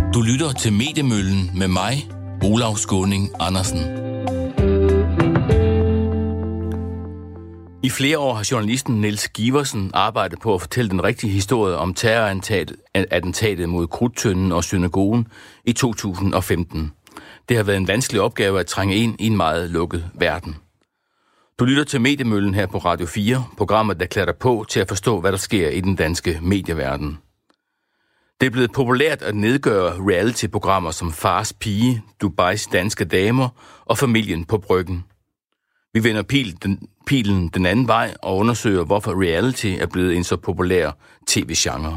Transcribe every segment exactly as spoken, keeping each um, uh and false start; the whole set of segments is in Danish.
Du lytter til Mediemøllen med mig, Olav Skåning Andersen. I flere år har journalisten Niels Giversen arbejdet på at fortælle den rigtige historie om terrorattentatet mod Krudttønden og synagogen i to tusind og femten. Det har været en vanskelig opgave at trænge ind i en meget lukket verden. Du lytter til Mediemøllen her på Radio fire, programmet, der klæder dig på til at forstå, hvad der sker i den danske medieverden. Det er blevet populært at nedgøre reality-programmer som Fars Pige, Dubais danske damer og Familien på Bryggen. Vi vender pil, den, pilen den anden vej og undersøger, hvorfor reality er blevet en så populær tv-genre.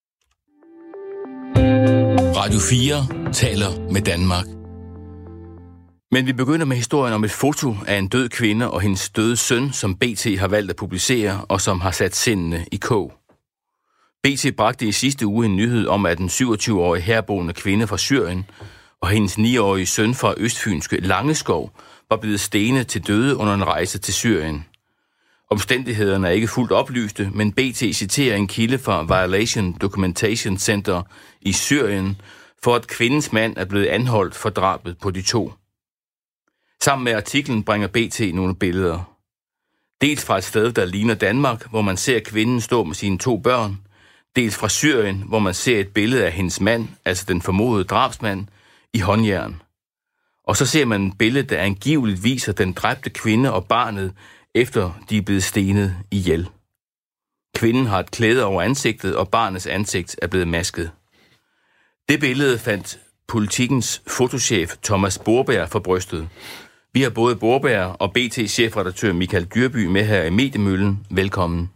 Radio fire taler med Danmark. Men vi begynder med historien om et foto af en død kvinde og hendes døde søn, som B T har valgt at publicere og som har sat sindene i kog. B T bragte i sidste uge en nyhed om, at den syvogtyve-årige herboende kvinde fra Syrien og hendes ni-årige søn fra østfynske Langeskov var blevet stenet til døde under en rejse til Syrien. Omstændighederne er ikke fuldt oplyste, men B T citerer en kilde fra Violation Documentation Center i Syrien, for at kvindens mand er blevet anholdt for drabet på de to. Sammen med artiklen bringer B T nogle billeder. Dels fra et sted, der ligner Danmark, hvor man ser kvinden stå med sine to børn, dels fra Syrien, hvor man ser et billede af hendes mand, altså den formodede drabsmand, i håndjern. Og så ser man et billede, der angiveligt viser den dræbte kvinde og barnet, efter de er blevet stenet ihjel. Kvinden har et klæde over ansigtet, og barnets ansigt er blevet masket. Det billede fandt Politikens fotochef Thomas Borberg for brystet. Vi har både Borberg og B T-chefredaktør Michael Dyrby med her i Mediemøllen. Velkommen.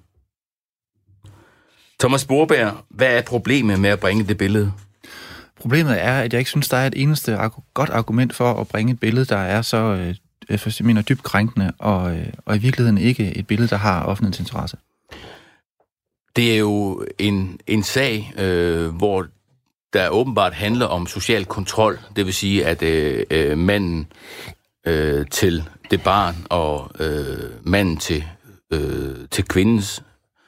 Thomas Borberg, hvad er problemet med at bringe det billede? Problemet er, at jeg ikke synes, der er et eneste godt argument for at bringe et billede, der er så øh, for jeg mener, dybt krænkende, og, øh, og i virkeligheden ikke et billede, der har offentlighedens interesse. Det er jo en, en sag, øh, hvor der åbenbart handler om social kontrol. Det vil sige, at øh, øh, manden øh, til det barn og øh, manden til, øh, til kvindens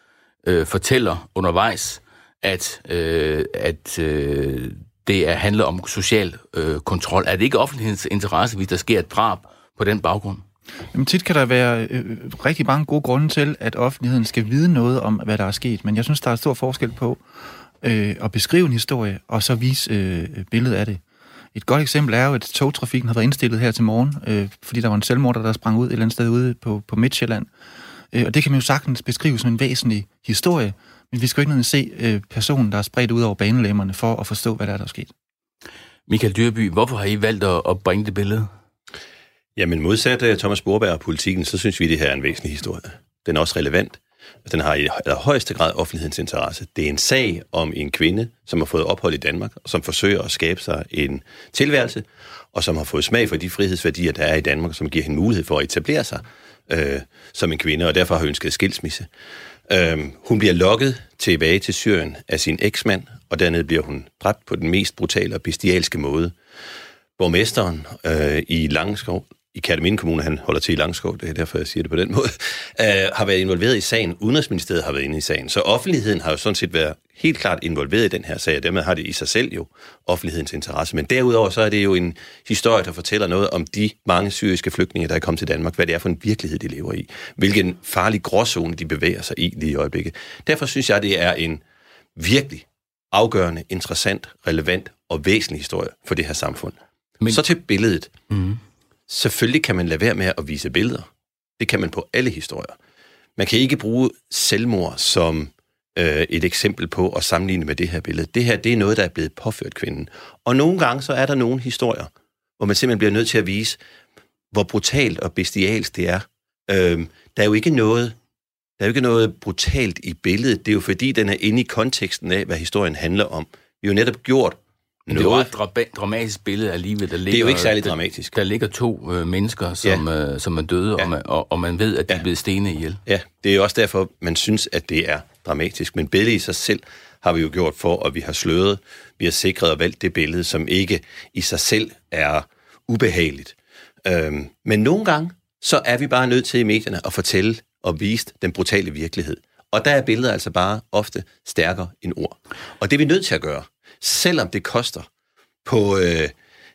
øh, fortæller undervejs, at, øh, at øh, det er, handler om social øh, kontrol. Er det ikke offentlighedens interesse, hvis der sker et drab på den baggrund? Jamen tit kan der være øh, rigtig mange gode grunde til, at offentligheden skal vide noget om, hvad der er sket. Men jeg synes, der er stor forskel på øh, at beskrive en historie, og så vise øh, billedet af det. Et godt eksempel er jo, at togtrafikken har været indstillet her til morgen, øh, fordi der var en selvmorder, der sprang ud et eller andet sted ude på, på Midtjylland. Øh, og det kan man jo sagtens beskrive som en væsentlig historie, men vi skal jo ikke nødvendigvis se øh, personen, der er spredt ud over banelemmerne, for at forstå, hvad der er, der er sket. Michael Dyrby, hvorfor har I valgt at, at bringe det billede? Jamen modsat Thomas Borberg og Politikken, så synes vi, at det her er en væsentlig historie. Den er også relevant. Den har i højeste grad offentlighedens interesse. Det er en sag om en kvinde, som har fået ophold i Danmark, og som forsøger at skabe sig en tilværelse, og som har fået smag for de frihedsværdier, der er i Danmark, som giver hende mulighed for at etablere sig øh, som en kvinde, og derfor har ønsket skilsmisse. Øh, hun bliver lokket tilbage til Syrien af sin eksmand, og dernede bliver hun dræbt på den mest brutale og bestialske måde. Borgmesteren øh, i Langeskov, i Kerteminde Kommune, han holder til i Langeskov, det er derfor, jeg siger det på den måde, øh, har været involveret i sagen. Udenrigsministeriet har været inde i sagen. Så offentligheden har jo sådan set været helt klart involveret i den her sag, og dermed har det i sig selv jo offentlighedens interesse. Men derudover så er det jo en historie, der fortæller noget om de mange syriske flygtninge, der er kommet til Danmark, hvad det er for en virkelighed, de lever i. Hvilken farlig gråzone, de bevæger sig i lige i øjeblikket. Derfor synes jeg, det er en virkelig afgørende, interessant, relevant og væsentlig historie for det her samfund. Men så til billedet. Mm. Selvfølgelig kan man lade være med at vise billeder. Det kan man på alle historier. Man kan ikke bruge selvmord som øh, et eksempel på at sammenligne med det her billede. Det her, det er noget, der er blevet påført kvinden. Og nogle gange, så er der nogle historier, hvor man simpelthen bliver nødt til at vise, hvor brutalt og bestialsk det er. Øh, der er jo ikke noget, der er jo ikke noget brutalt i billedet. Det er jo fordi, den er inde i konteksten af, hvad historien handler om. Vi har jo netop gjort Men det er jo et dra- dramatisk billede alligevel. Der ligger, det er jo ikke særlig dramatisk. Der, der ligger to øh, mennesker, som, ja. øh, som er døde, ja. og, man, og, og man ved, at de ja. er blevet stenet ihjel. Ja, det er jo også derfor, man synes, at det er dramatisk. Men billedet i sig selv har vi jo gjort for, at vi har sløret, vi har sikret og valgt det billede, som ikke i sig selv er ubehageligt. Øhm, men nogle gange, så er vi bare nødt til i medierne at fortælle og vise den brutale virkelighed. Og der er billeder altså bare ofte stærkere end ord. Og det er vi nødt til at gøre, selvom det koster på øh,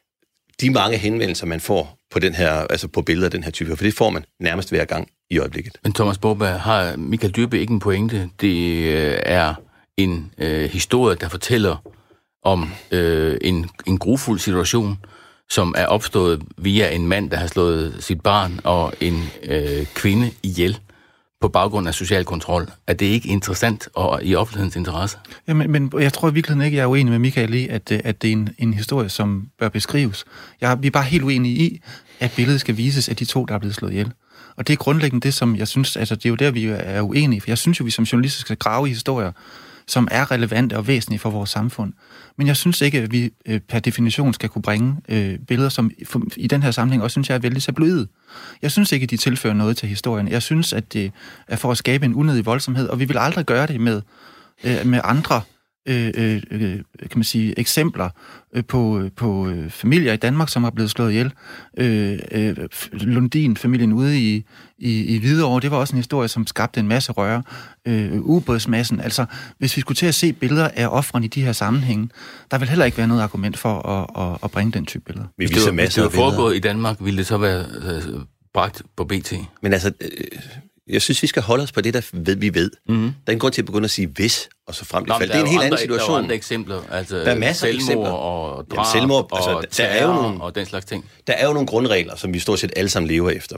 de mange henvendelser, man får på den her, altså på billeder af den her type, for det får man nærmest hver gang i øjeblikket. Men Thomas Borberg, har Michael Dyrby ikke en pointe? Det øh, er en øh, historie, der fortæller om øh, en, en grufuld situation, som er opstået via en mand, der har slået sit barn og en øh, kvinde ihjel på baggrund af social kontrol. Er det ikke interessant og i offentlighedens interesse? Ja, men, men jeg tror i virkeligheden ikke, jeg er uenig med Michael i, at, at det er en, en historie, som bør beskrives. Jeg, vi er bare helt uenige i, at billedet skal vises af de to, der er blevet slået ihjel. Og det er grundlæggende det, som jeg synes, altså det er jo der, vi er uenige, for jeg synes jo, vi som journalister skal grave i historier, som er relevante og væsentlige for vores samfund. Men jeg synes ikke, at vi øh, per definition skal kunne bringe øh, billeder, som for, i den her sammenhæng også synes jeg er vældig tabloide. Jeg synes ikke, at de tilfører noget til historien. Jeg synes, at det er for at skabe en unødig voldsomhed, og vi vil aldrig gøre det med, øh, med andre øh, øh, kan man sige, eksempler øh, på, på øh, familier i Danmark, som er blevet slået ihjel. Øh, øh, Lundin-familien ude i, i, i Hvidovre, det var også en historie, som skabte en masse røre. Øh, ubådsmassen. Altså, hvis vi skulle til at se billeder af ofrene i de her sammenhænge, der vil heller ikke være noget argument for at, at, at bringe den type billeder. Hvis det var, hvis det var foregået i Danmark, ville det så være øh, bragt på B T? Men altså, øh, jeg synes, vi skal holde os på det, der ved, vi ved. Mm-hmm. Der er en grund til at begynde at sige hvis, og så frem til fald. Det er en helt anden situation. Der er andre eksempler. Altså, der er masser af eksempler. Og drab, Jamen, selvmord, altså, og der er jo nogle, og den slags ting. Der er jo nogle grundregler, som vi stort set alle sammen lever efter.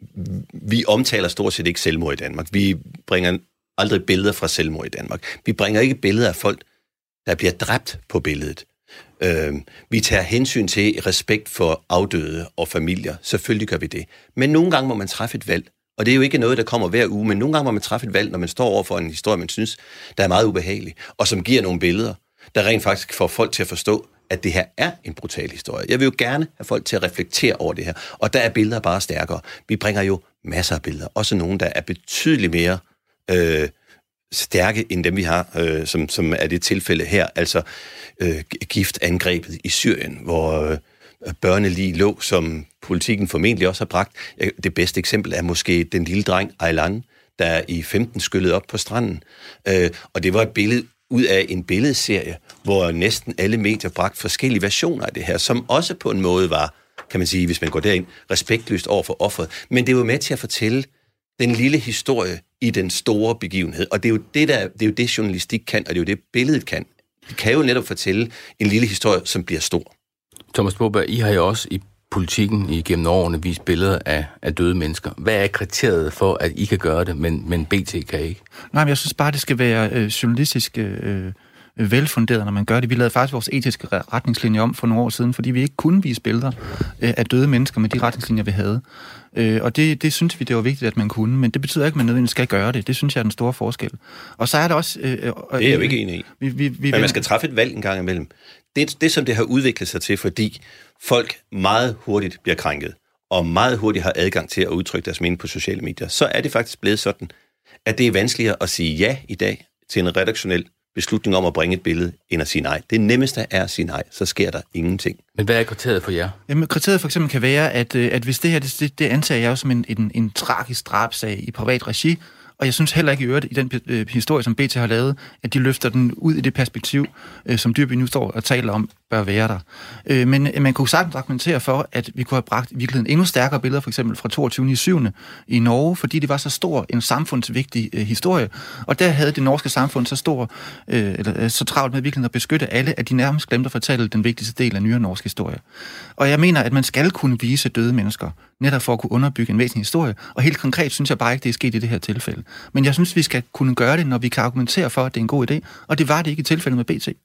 Vi omtaler stort set ikke selvmord i Danmark. Vi bringer aldrig billeder fra selvmord i Danmark. Vi bringer ikke billeder af folk, der bliver dræbt på billedet. Øh, vi tager hensyn til respekt for afdøde og familier. Selvfølgelig gør vi det. Men nogle gange må man træffe et valg. Og det er jo ikke noget, der kommer hver uge, men nogle gange må man træffe et valg, når man står over for en historie, man synes, der er meget ubehagelig, og som giver nogle billeder, der rent faktisk får folk til at forstå, at det her er en brutal historie. Jeg vil jo gerne have folk til at reflektere over det her, og der er billeder bare stærkere. Vi bringer jo masser af billeder, også nogle, der er betydeligt mere øh, stærke end dem, vi har, øh, som, som er det tilfælde her, altså øh, giftangrebet i Syrien, hvor øh, børnelig lå, som politikken formentlig også har bragt. Det bedste eksempel er måske den lille dreng Aylan, der i femten skyllede op på stranden. Øh, og det var et billede ud af en billedserie, hvor næsten alle medier bragte forskellige versioner af det her, som også på en måde var, kan man sige, hvis man går derind, respektløst over for offeret. Men det var med til at fortælle den lille historie i den store begivenhed. Og det er jo det, der, det, er jo det journalistik kan, og det er jo det, billedet kan. Det kan jo netop fortælle en lille historie, som bliver stor. Thomas Borberg, I har jo også i politikken igennem årene vist billeder af, af døde mennesker. Hvad er kriteriet for, at I kan gøre det, men, men B T kan ikke? Nej, men jeg synes bare, det skal være øh, journalistisk øh, velfunderet, når man gør det. Vi lavede faktisk vores etiske retningslinjer om for nogle år siden, fordi vi ikke kunne vise billeder øh, af døde mennesker med de retningslinjer, vi havde. Øh, og det, det synes vi, det var vigtigt, at man kunne, men det betyder ikke, at man nødvendigvis skal gøre det. Det synes jeg er den store forskel. Og så er der også... Øh, øh, det er jeg jo ikke enig i. Vi, vi, vi, men man skal træffe et valg en gang imellem. Det, det, som det har udviklet sig til, fordi folk meget hurtigt bliver krænket, og meget hurtigt har adgang til at udtrykke deres mening på sociale medier, så er det faktisk blevet sådan, at det er vanskeligere at sige ja i dag til en redaktionel beslutning om at bringe et billede, end at sige nej. Det nemmeste er at sige nej, så sker der ingenting. Men hvad er kriteriet for jer? Jamen, kriteriet for eksempel kan være, at, at hvis det her, det, det antager jeg jo som en, en, en tragisk drabsag i privat regi, og jeg synes heller ikke i øvrigt i den øh, historie, som B T har lavet, at de løfter den ud i det perspektiv, øh, som Dyrby nu står og taler om, bør være der. Øh, men man kunne sagtens argumentere for, at vi kunne have bragt i virkeligheden endnu stærkere billeder, for eksempel fra toogtyvende juli i Norge, fordi det var så stor en samfundsvigtig øh, historie, og der havde det norske samfund så stor, øh, eller, så travlt med virkelig at beskytte alle, at de nærmest glemte at fortælle den vigtigste del af nyere norsk historie. Og jeg mener, at man skal kunne vise døde mennesker, netop for at kunne underbygge en væsentlig historie, og helt konkret synes jeg bare ikke, det er sket i det her tilfælde. Men jeg synes, vi skal kunne gøre det, når vi kan argumentere for, at det er en god idé, og det var det ikke i tilfældet med B T.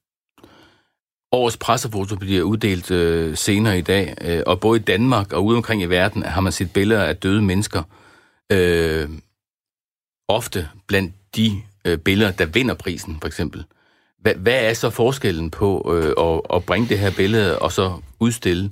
Årets pressefoto bliver uddelt øh, senere i dag, øh, og både i Danmark og ude omkring i verden har man set billeder af døde mennesker. Øh, ofte blandt de øh, billeder, der vinder prisen, for eksempel. Hva, hvad er så forskellen på øh, at, at bringe det her billede og så udstille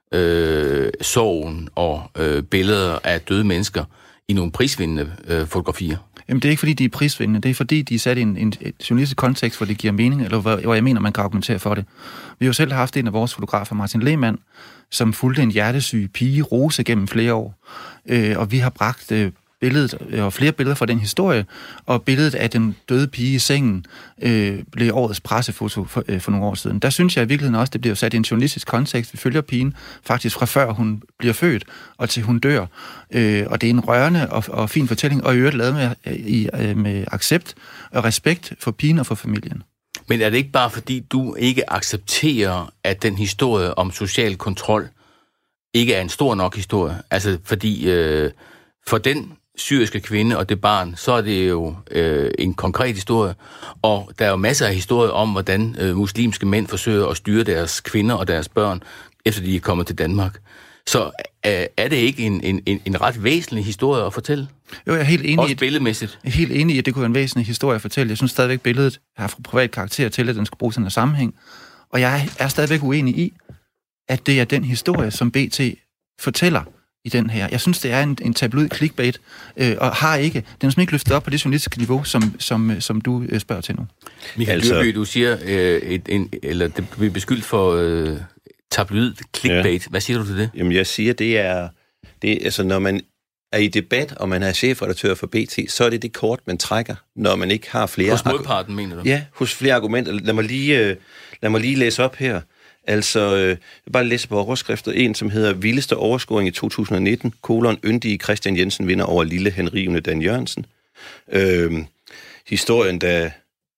øh, sorgen og øh, billeder af døde mennesker i nogle prisvindende øh, fotografier? Jamen, det er ikke fordi, de er prisvindende. Det er fordi, de er sat i en, en journalistisk kontekst, hvor det giver mening, eller hvor, hvor jeg mener, man kan argumentere for det. Vi har jo selv haft en af vores fotografer, Martin Lehmann, som fulgte en hjertesyg pige Rose gennem flere år. Øh, og vi har bragt øh, billedet, og flere billeder fra den historie, og billedet af den døde pige i sengen øh, blev årets pressefoto for, øh, for nogle år siden. Der synes jeg i virkeligheden også, det bliver sat i en journalistisk kontekst. Vi følger pigen faktisk fra før hun bliver født, og til hun dør. Øh, og det er en rørende og, og fin fortælling, og i øvrigt lavet med, i, med accept og respekt for pigen og for familien. Men er det ikke bare fordi, du ikke accepterer, at den historie om social kontrol ikke er en stor nok historie? Altså fordi øh, for den syriske kvinde og det barn, så er det jo øh, en konkret historie, og der er jo masser af historier om, hvordan øh, muslimske mænd forsøger at styre deres kvinder og deres børn, efter de er kommet til Danmark. Så øh, er det ikke en, en, en ret væsentlig historie at fortælle? Jo, jeg er helt enig. Også billedmæssigt. Jeg er helt enig i, at det kunne være en væsentlig historie at fortælle. Jeg synes stadigvæk, billedet har fra privat karakter til, at den skal bruges i en sammenhæng. Og jeg er stadigvæk uenig i, at det er den historie, som B T fortæller i den her. Jeg synes, det er en, en tabloid clickbait, øh, og har ikke, den er ikke løftet op på det journalistiske niveau, som, som, som du øh, spørger til nu. Michael altså, Dyrby, du siger, øh, et, en, eller det bliver beskyldt for øh, tabloid clickbait. Ja. Hvad siger du til det? Jamen, jeg siger, det er, det er, altså, når man er i debat, og man er chefredaktør for B T, så er det det kort, man trækker, når man ikke har flere... Hos modparten, mener du? Ja, hos flere argumenter. Lad mig lige, øh, lad mig lige læse op her. Altså, øh, jeg bare læse på overskrifter. En, som hedder Vildeste overscoring i to tusind nitten, kolon, yndige Christian Jensen vinder over lille henrivende Dan Jørgensen. Øh, historien, der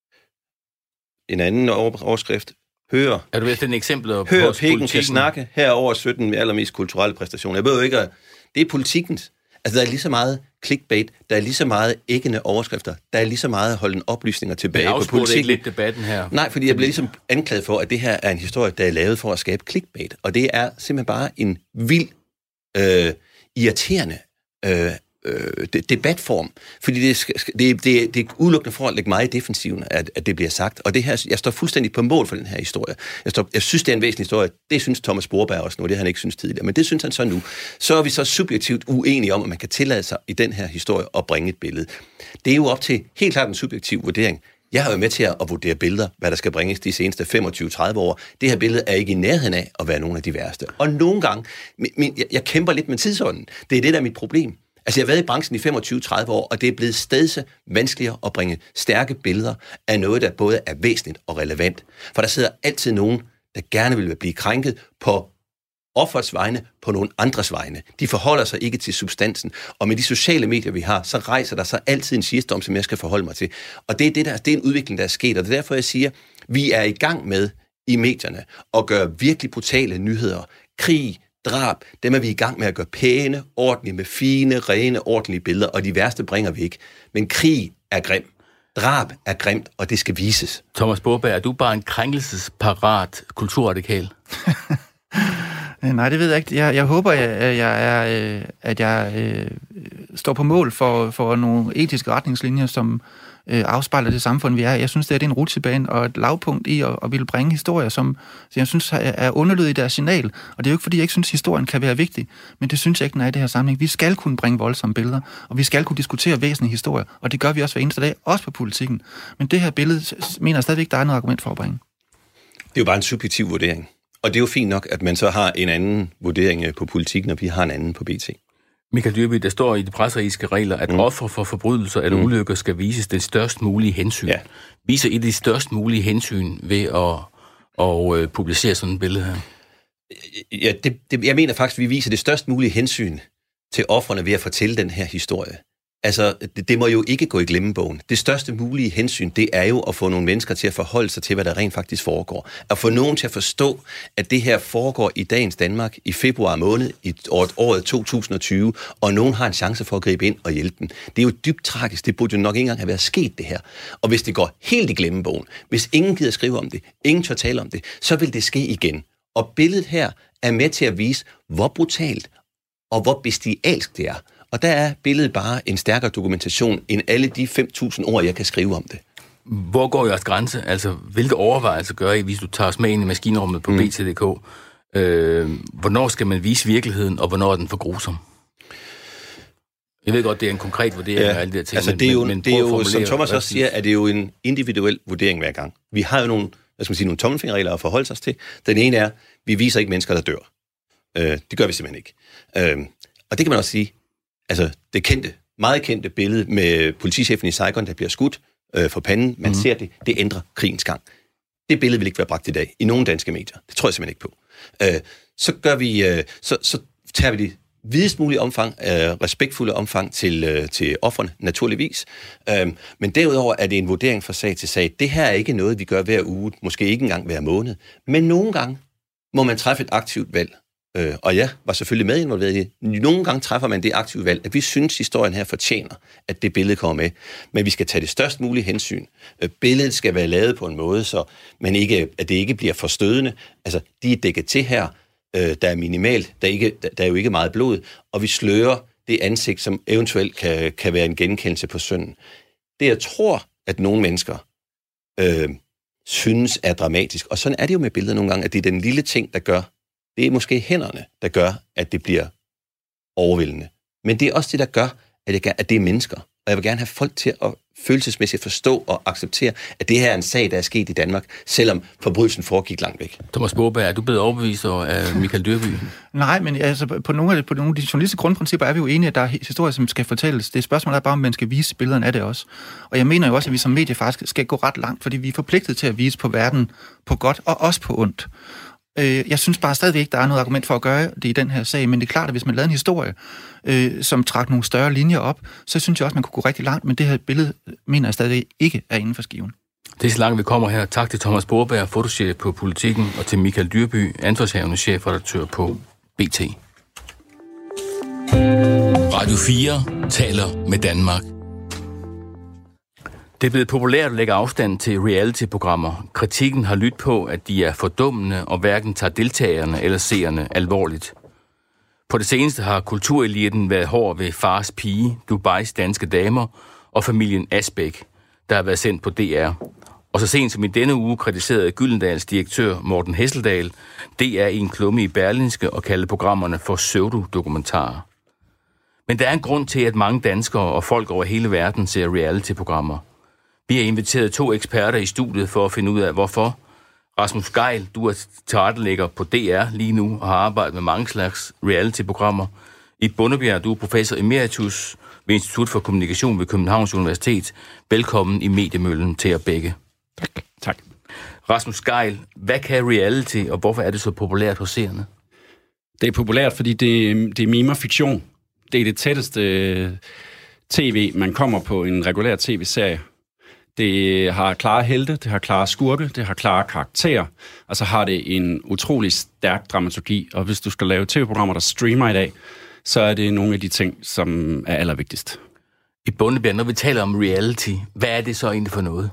en anden overskrift. Hør. Er du ved at finde eksempler på Hør, Pikken kan snakke. Her over sytten med allermest kulturelle præstationer. Jeg ved jo ikke, at det er politikens. Altså, der er lige så meget clickbait, der er lige så meget æggende overskrifter, der er lige så meget holden oplysninger tilbage på politikken. Ikke lidt debatten her? Nej, fordi jeg bliver ligesom anklaget for, at det her er en historie, der er lavet for at skabe clickbait, og det er simpelthen bare en vild, øh, irriterende øh, øh, debatform, fordi det, det, det, det er udelukkende for at lægge mig i defensiven, at, at det bliver sagt, og det her, jeg står fuldstændig på mål for den her historie. Jeg, står, jeg synes, det er en væsentlig historie. Det synes Thomas Borberg også nu, det har han ikke synes tidligere, men det synes han så nu. Så er vi så subjektivt uenige om, at man kan tillade sig i den her historie at bringe et billede. Det er jo op til helt klart en subjektiv vurdering. Jeg har jo med til at vurdere billeder, hvad der skal bringes de seneste femogtyve til tredive år. Det her billede er ikke i nærheden af at være nogle af de værste. Og nogle gange, men jeg, jeg kæmper lidt med tidsånden. Det er det, der er mit problem. Altså, jeg har været i branchen i femogtyve til tredive år, og det er blevet stadig vanskeligere at bringe stærke billeder af noget, der både er væsentligt og relevant. For der sidder altid nogen, der gerne vil blive krænket på offerets vegne, på nogen andres vegne. De forholder sig ikke til substansen. Og med de sociale medier, vi har, så rejser der sig altid en shitstorm, som jeg skal forholde mig til. Og det er, det der, det er en udvikling, der er sket, og det er derfor, jeg siger, vi er i gang med i medierne at gøre virkelig brutale nyheder. Krig, drab, dem er vi i gang med at gøre pæne, ordentlige, med fine, rene, ordentlige billeder, og de værste bringer vi ikke. Men krig er grim. Drab er grimt, og det skal vises. Thomas Borberg, er du bare en krænkelsesparat kulturradikal? Nej, det ved jeg ikke. Jeg, jeg håber, at jeg, er, at jeg øh, står på mål for, for nogle etiske retningslinjer, som øh, afspejler det samfund, vi er. Jeg synes, det er, det er en rutsjebane og et lavpunkt i at, at ville bringe historier, som jeg synes er underlydet i deres signal. Og det er jo ikke, fordi jeg ikke synes, historien kan være vigtig, men det synes jeg ikke, den er i det her sammenhæng. Vi skal kunne bringe voldsomme billeder, og vi skal kunne diskutere væsentlige historier, og det gør vi også hver eneste dag, også på politikken. Men det her billede mener jeg stadigvæk, der er noget argument for at bringe. Det er jo bare en subjektiv vurdering. Og det er jo fint nok, at man så har en anden vurdering på politikken, og vi har en anden på B T. Michael Dyrby, der står i de presseetiske regler, at mm. ofre for forbrydelser eller mm. ulykker skal vises det størst mulige hensyn. Ja. Viser I det størst mulige hensyn ved at, at, at publicere sådan et billede her? Ja, det, det, jeg mener faktisk, at vi viser det størst mulige hensyn til ofrene ved at fortælle den her historie. Altså, det, det må jo ikke gå i glemmebogen. Det største mulige hensyn, det er jo at få nogle mennesker til at forholde sig til, hvad der rent faktisk foregår. At få nogen til at forstå, at det her foregår i dagens Danmark i februar måned i året to tusind og tyve, og nogen har en chance for at gribe ind og hjælpe dem. Det er jo dybt tragisk. Det burde jo nok ikke engang have været sket, det her. Og hvis det går helt i glemmebogen, hvis ingen gider skrive om det, ingen tør tale om det, så vil det ske igen. Og billedet her er med til at vise, hvor brutalt og hvor bestialsk det er. Og der er billedet bare en stærkere dokumentation end alle de fem tusind ord, jeg kan skrive om det. Hvor går jeres grænse? Altså, hvilke overvejelser gør I, hvis du tager os med ind i maskinrummet på mm. B T punktum d k? Øh, hvornår skal man vise virkeligheden, og hvornår er den for grusom? Jeg ved godt, det er en konkret vurdering ja, af alle de her ting. Altså, det er jo, men, men det er jo som Thomas også siger, at det er jo en individuel vurdering hver gang. Vi har jo nogle, hvad skal man sige, nogle tommelfingerregler at forholde os til. Den ene er, vi viser ikke mennesker, der dør. Øh, det gør vi simpelthen ikke. Øh, og det kan man også sige. Altså, det kendte meget kendte billede med politichefen i Saigon, der bliver skudt øh, for panden. Man mm. ser det. Det ændrer krigens gang. Det billede vil ikke være bragt i dag i nogen danske medier. Det tror jeg simpelthen ikke på. Øh, så gør vi, øh, så, så tager vi det videst mulige omfang, øh, respektfulde omfang til, øh, til offerne, naturligvis. Øh, men derudover er det en vurdering fra sag til sag. Det her er ikke noget, vi gør hver uge, måske ikke engang hver måned. Men nogle gange må man træffe et aktivt valg. Øh, og jeg var selvfølgelig med involveret i det. Nogle gange træffer man det aktive valg, at vi synes, at historien her fortjener, at det billede kommer med. Men vi skal tage det størst mulige hensyn. Øh, billedet skal være lavet på en måde, så man ikke, at det ikke bliver forstødende. Altså, de er dækket til her. Øh, der er minimalt. Der er, ikke, der, der er jo ikke meget blod. Og vi slører det ansigt, som eventuelt kan, kan være en genkendelse på synden. Det, jeg tror, at nogle mennesker øh, synes er dramatisk, og sådan er det jo med billeder nogle gange, at det er den lille ting, der gør, det er måske hænderne, der gør, at det bliver overvældende. Men det er også det, der gør, at det, at det er mennesker. Og jeg vil gerne have folk til at følelsesmæssigt forstå og acceptere, at det her er en sag, der er sket i Danmark, selvom forbrydelsen foregik langt væk. Thomas Spoerberg, er du blevet overbevist af Michael Dyrby? Nej, men altså, på nogle af, på nogle af de journalistiske grundprincipper er vi jo enige, at der er historier, som skal fortælles. Det spørgsmål er bare, om man skal vise billederne af det også. Og jeg mener jo også, at vi som medie faktisk skal gå ret langt, fordi vi er forpligtet til at vise på verden på godt og også på ondt. Jeg synes bare stadigvæk ikke, der er noget argument for at gøre det i den her sag, men det er klart, at hvis man lavede en historie, øh, som trak nogle større linjer op, så synes jeg også, man kunne gå rigtig langt, men det her billede mener jeg stadig ikke er inden for skiven. Det er så langt, vi kommer her. Tak til Thomas Spoerberg, fotochef på Politiken, og til Michael Dyrby, ansvarshavende chefredaktør på B T. Radio fire taler med Danmark. Det er blevet populært at lægge afstand til reality-programmer. Kritikken har lyttet på, at de er fordummende og hverken tager deltagerne eller seerne alvorligt. På det seneste har kultureliten været hård ved Fars Pige, Dubais danske damer og familien Asbæk, der har været sendt på D R. Og så sent som i denne uge kritiserede Gyldendals direktør Morten Hesseldal D R i en klumme i Berlingske og kaldte programmerne for pseudodokumentarer. Men der er en grund til, at mange danskere og folk over hele verden ser reality-programmer. Vi har inviteret to eksperter i studiet for at finde ud af, hvorfor. Rasmus Gejl, du er tilrettelægger på D R lige nu og har arbejdet med mange slags reality-programmer. Ib Bondebjerg, du er professor emeritus ved Institut for Kommunikation ved Københavns Universitet. Velkommen i Mediemøllen til jer begge. Tak. Tak. Rasmus Gejl, hvad kan reality, og hvorfor er det så populært hos seerne? Det er populært, fordi det, det er mime og fiktion. Det er det tætteste tv, man kommer på en regulær tv-serie. Det har klare helte, det har klare skurke, det har klare karakterer, og så har det en utrolig stærk dramaturgi. Og hvis du skal lave tv-programmer, der streamer i dag, så er det nogle af de ting, som er allervigtigst. I Bondebjerg, når vi taler om reality, hvad er det så egentlig for noget?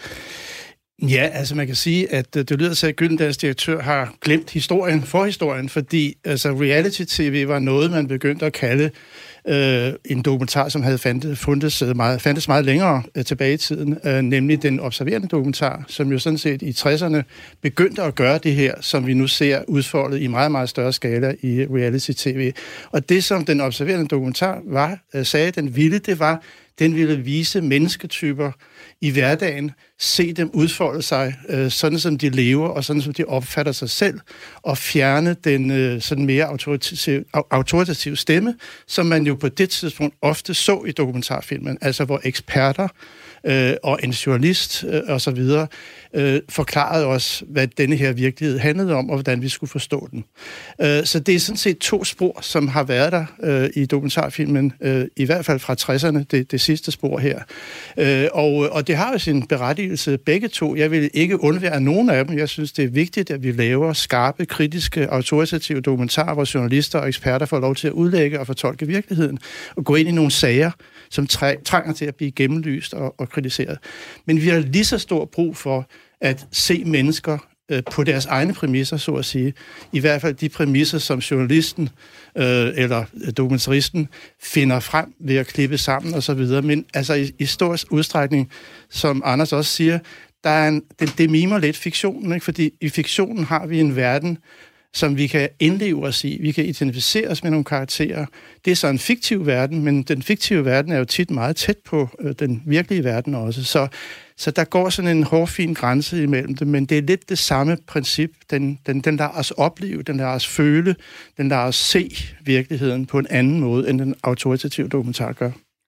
Ja, altså man kan sige, at det lyder til, at Gyldendals direktør har glemt historien, forhistorien, fordi altså, reality-tv var noget, man begyndte at kalde øh, en dokumentar, som havde fandt, fundet meget, fandtes meget længere øh, tilbage i tiden, øh, nemlig den observerende dokumentar, som jo sådan set i tresserne begyndte at gøre det her, som vi nu ser udfoldet i meget, meget større skala i reality-tv. Og det, som den observerende dokumentar var, øh, sagde, den ville, det var, den ville vise mennesketyper i hverdagen, se dem udfolde sig, øh, sådan som de lever, og sådan som de opfatter sig selv, og fjerne den øh, sådan mere autoritative, autoritative stemme, som man jo på det tidspunkt ofte så i dokumentarfilmen, altså hvor eksperter øh, og en journalist øh, og så videre øh, forklarede os, hvad denne her virkelighed handlede om, og hvordan vi skulle forstå den. Øh, så det er sådan set to spor, som har været der øh, i dokumentarfilmen, øh, i hvert fald fra tresserne, det, det sidste spor her. Øh, og, og det har jo sin berettigelse begge to. Jeg vil ikke undvære nogen af dem. Jeg synes, det er vigtigt, at vi laver skarpe, kritiske, autoritative dokumentarer, hvor journalister og eksperter får lov til at udlægge og fortolke virkeligheden, og gå ind i nogle sager, som træ- trænger til at blive gennemlyst og, og kritiseret. Men vi har lige så stor brug for at se mennesker øh, på deres egne præmisser, så at sige. I hvert fald de præmisser, som journalisten øh, eller dokumentaristen finder frem ved at klippe sammen og så videre. Men altså i, i stor udstrækning, som Anders også siger, der er en, det, det mimer lidt fiktionen, ikke? Fordi i fiktionen har vi en verden, som vi kan indleve os i. Vi kan identificere os med nogle karakterer. Det er så en fiktiv verden, men den fiktive verden er jo tit meget tæt på øh, den virkelige verden også. Så, så der går sådan en hårfin grænse imellem det, men det er lidt det samme princip. Den, den, den lader os opleve, den lader os føle, den lader os se virkeligheden på en anden måde, end den autoritative dokumentar gør.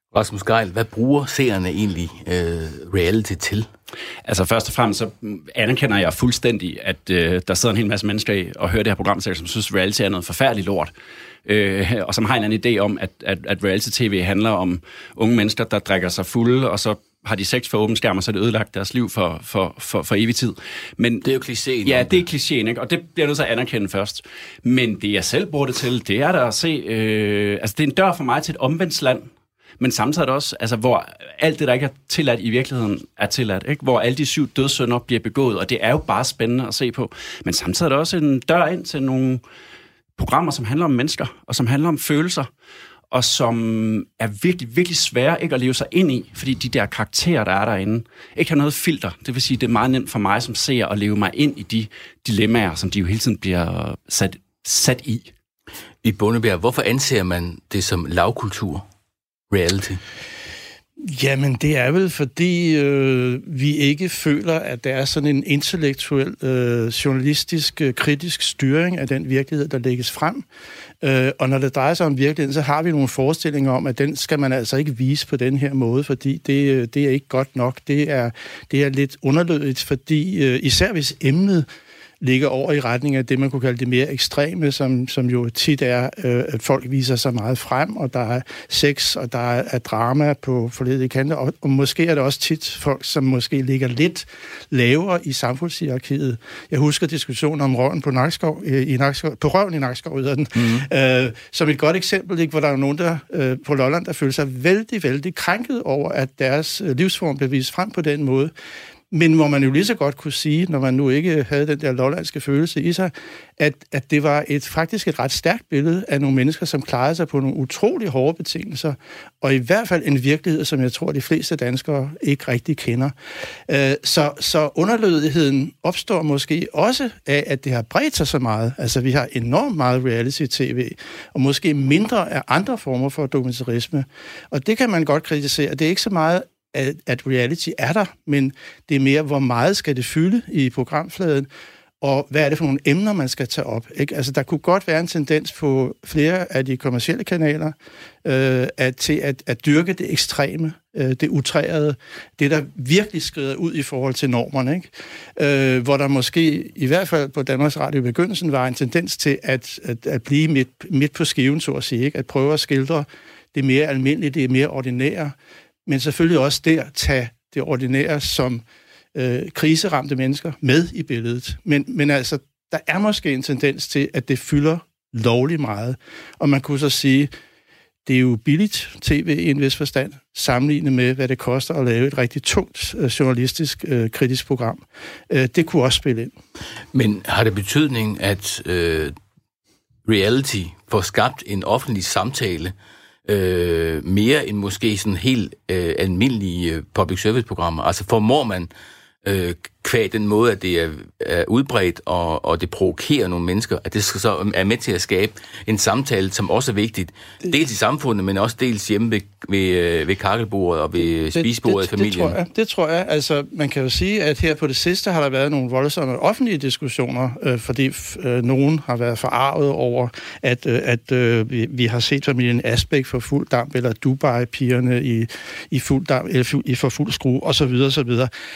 Rasmus Gejl, hvad bruger seerne egentlig øh, reality til? Altså først og fremmest så anerkender jeg fuldstændig, at øh, der sidder en hel masse mennesker i og hører det her program, som synes, reality er noget forfærdeligt lort. Øh, og som har en anden idé om, at, at, at reality-tv handler om unge mennesker, der drikker sig fulde, og så har de sex for åben skærm, og så er det ødelagt deres liv for, for, for, for evig tid. Men, det er jo klichéen. Ja, det er klichéen, ikke? Og det bliver jeg nødt til at anerkende først. Men det, jeg selv bruger det til, det er da at se... Øh, altså, det er en dør for mig til et omvendt land, men samtidig også, altså, hvor alt det, der ikke er tilladt i virkeligheden, er tilladt. Ikke? Hvor alle de syv dødssynder bliver begået, og det er jo bare spændende at se på. Men samtidig er det også en dør ind til nogle programmer, som handler om mennesker, og som handler om følelser, og som er virkelig, virkelig svære ikke at leve sig ind i, fordi de der karakterer, der er derinde, ikke har noget filter. Det vil sige, det er meget nemt for mig som seer at leve mig ind i de dilemmaer, som de jo hele tiden bliver sat, sat i. I Bondebjerg, hvorfor anser man det som lavkultur, reality? Jamen, det er vel, fordi øh, vi ikke føler, at der er sådan en intellektuel, øh, journalistisk, øh, kritisk styring af den virkelighed, der lægges frem. Øh, og når det drejer sig om virkeligheden, så har vi nogle forestillinger om, at den skal man altså ikke vise på den her måde, fordi det, det er ikke godt nok. Det er, det er lidt underlødigt, fordi øh, især hvis emnet ligger over i retning af det, man kunne kalde det mere ekstreme, som, som jo tit er, øh, at folk viser sig meget frem, og der er sex, og der er, er drama på forledige kanter, og, og måske er det også tit folk, som måske ligger lidt lavere i samfundshierarkiet. Jeg husker diskussionen om røven på Nakskov, i Nakskov, på røven i Nakskov, hedder den, mm-hmm. øh, som et godt eksempel, ikke, hvor der er nogen der øh, på Lolland, der føler sig vældig, vældig krænket over, at deres øh, livsform bliver vist frem på den måde. Men hvor man jo lige så godt kunne sige, når man nu ikke havde den der lollandske følelse i sig, at, at det var et faktisk et ret stærkt billede af nogle mennesker, som klarede sig på nogle utrolig hårde betingelser, og i hvert fald en virkelighed, som jeg tror, de fleste danskere ikke rigtig kender. Så, så underlødigheden opstår måske også af, at det har bredt sig så meget. Altså, vi har enormt meget reality-tv, og måske mindre af andre former for dokumentarisme. Og det kan man godt kritisere. Det er ikke så meget At, at reality er der, men det er mere, hvor meget skal det fylde i programfladen, og hvad er det for nogle emner, man skal tage op. Ikke? Altså, der kunne godt være en tendens på flere af de kommercielle kanaler øh, at, til at, at dyrke det ekstreme, øh, det utrærede, det, der virkelig skrider ud i forhold til normerne. Ikke? Øh, hvor der måske, i hvert fald på Danmarks Radio i begyndelsen, var en tendens til at, at, at blive midt, midt på skiven, så at sige. Ikke? At prøve at skildre det mere almindelige, det mere ordinære, men selvfølgelig også der tage det ordinære som øh, kriseramte mennesker med i billedet. Men, men altså, der er måske en tendens til, at det fylder lovligt meget. Og man kunne så sige, det er jo billigt tv i en vis forstand, sammenlignet med, hvad det koster at lave et rigtig tungt øh, journalistisk øh, kritisk program. Øh, det kunne også spille ind. Men har det betydning, at øh, reality får skabt en offentlig samtale, Øh, mere end måske sådan helt øh, almindelige øh, public service programmer. Altså formår man øh, kvæg den måde, at det er, er udbredt, og, og det provokerer nogle mennesker, at det så er med til at skabe en samtale, som også er vigtigt. Dels i samfundet, men også dels hjemme ved, ved, ved kakkelbordet og ved spisebordet i familien. Det tror jeg. Det tror jeg. Altså, man kan jo sige, at her på det sidste har der været nogle voldsomme offentlige diskussioner, øh, fordi øh, nogen har været forarvet over, at, øh, at øh, vi, vi har set familien Asbæk for fuld damp, eller Dubai-pigerne i, i, fuld damp, eller i for fuld skrue, osv. osv.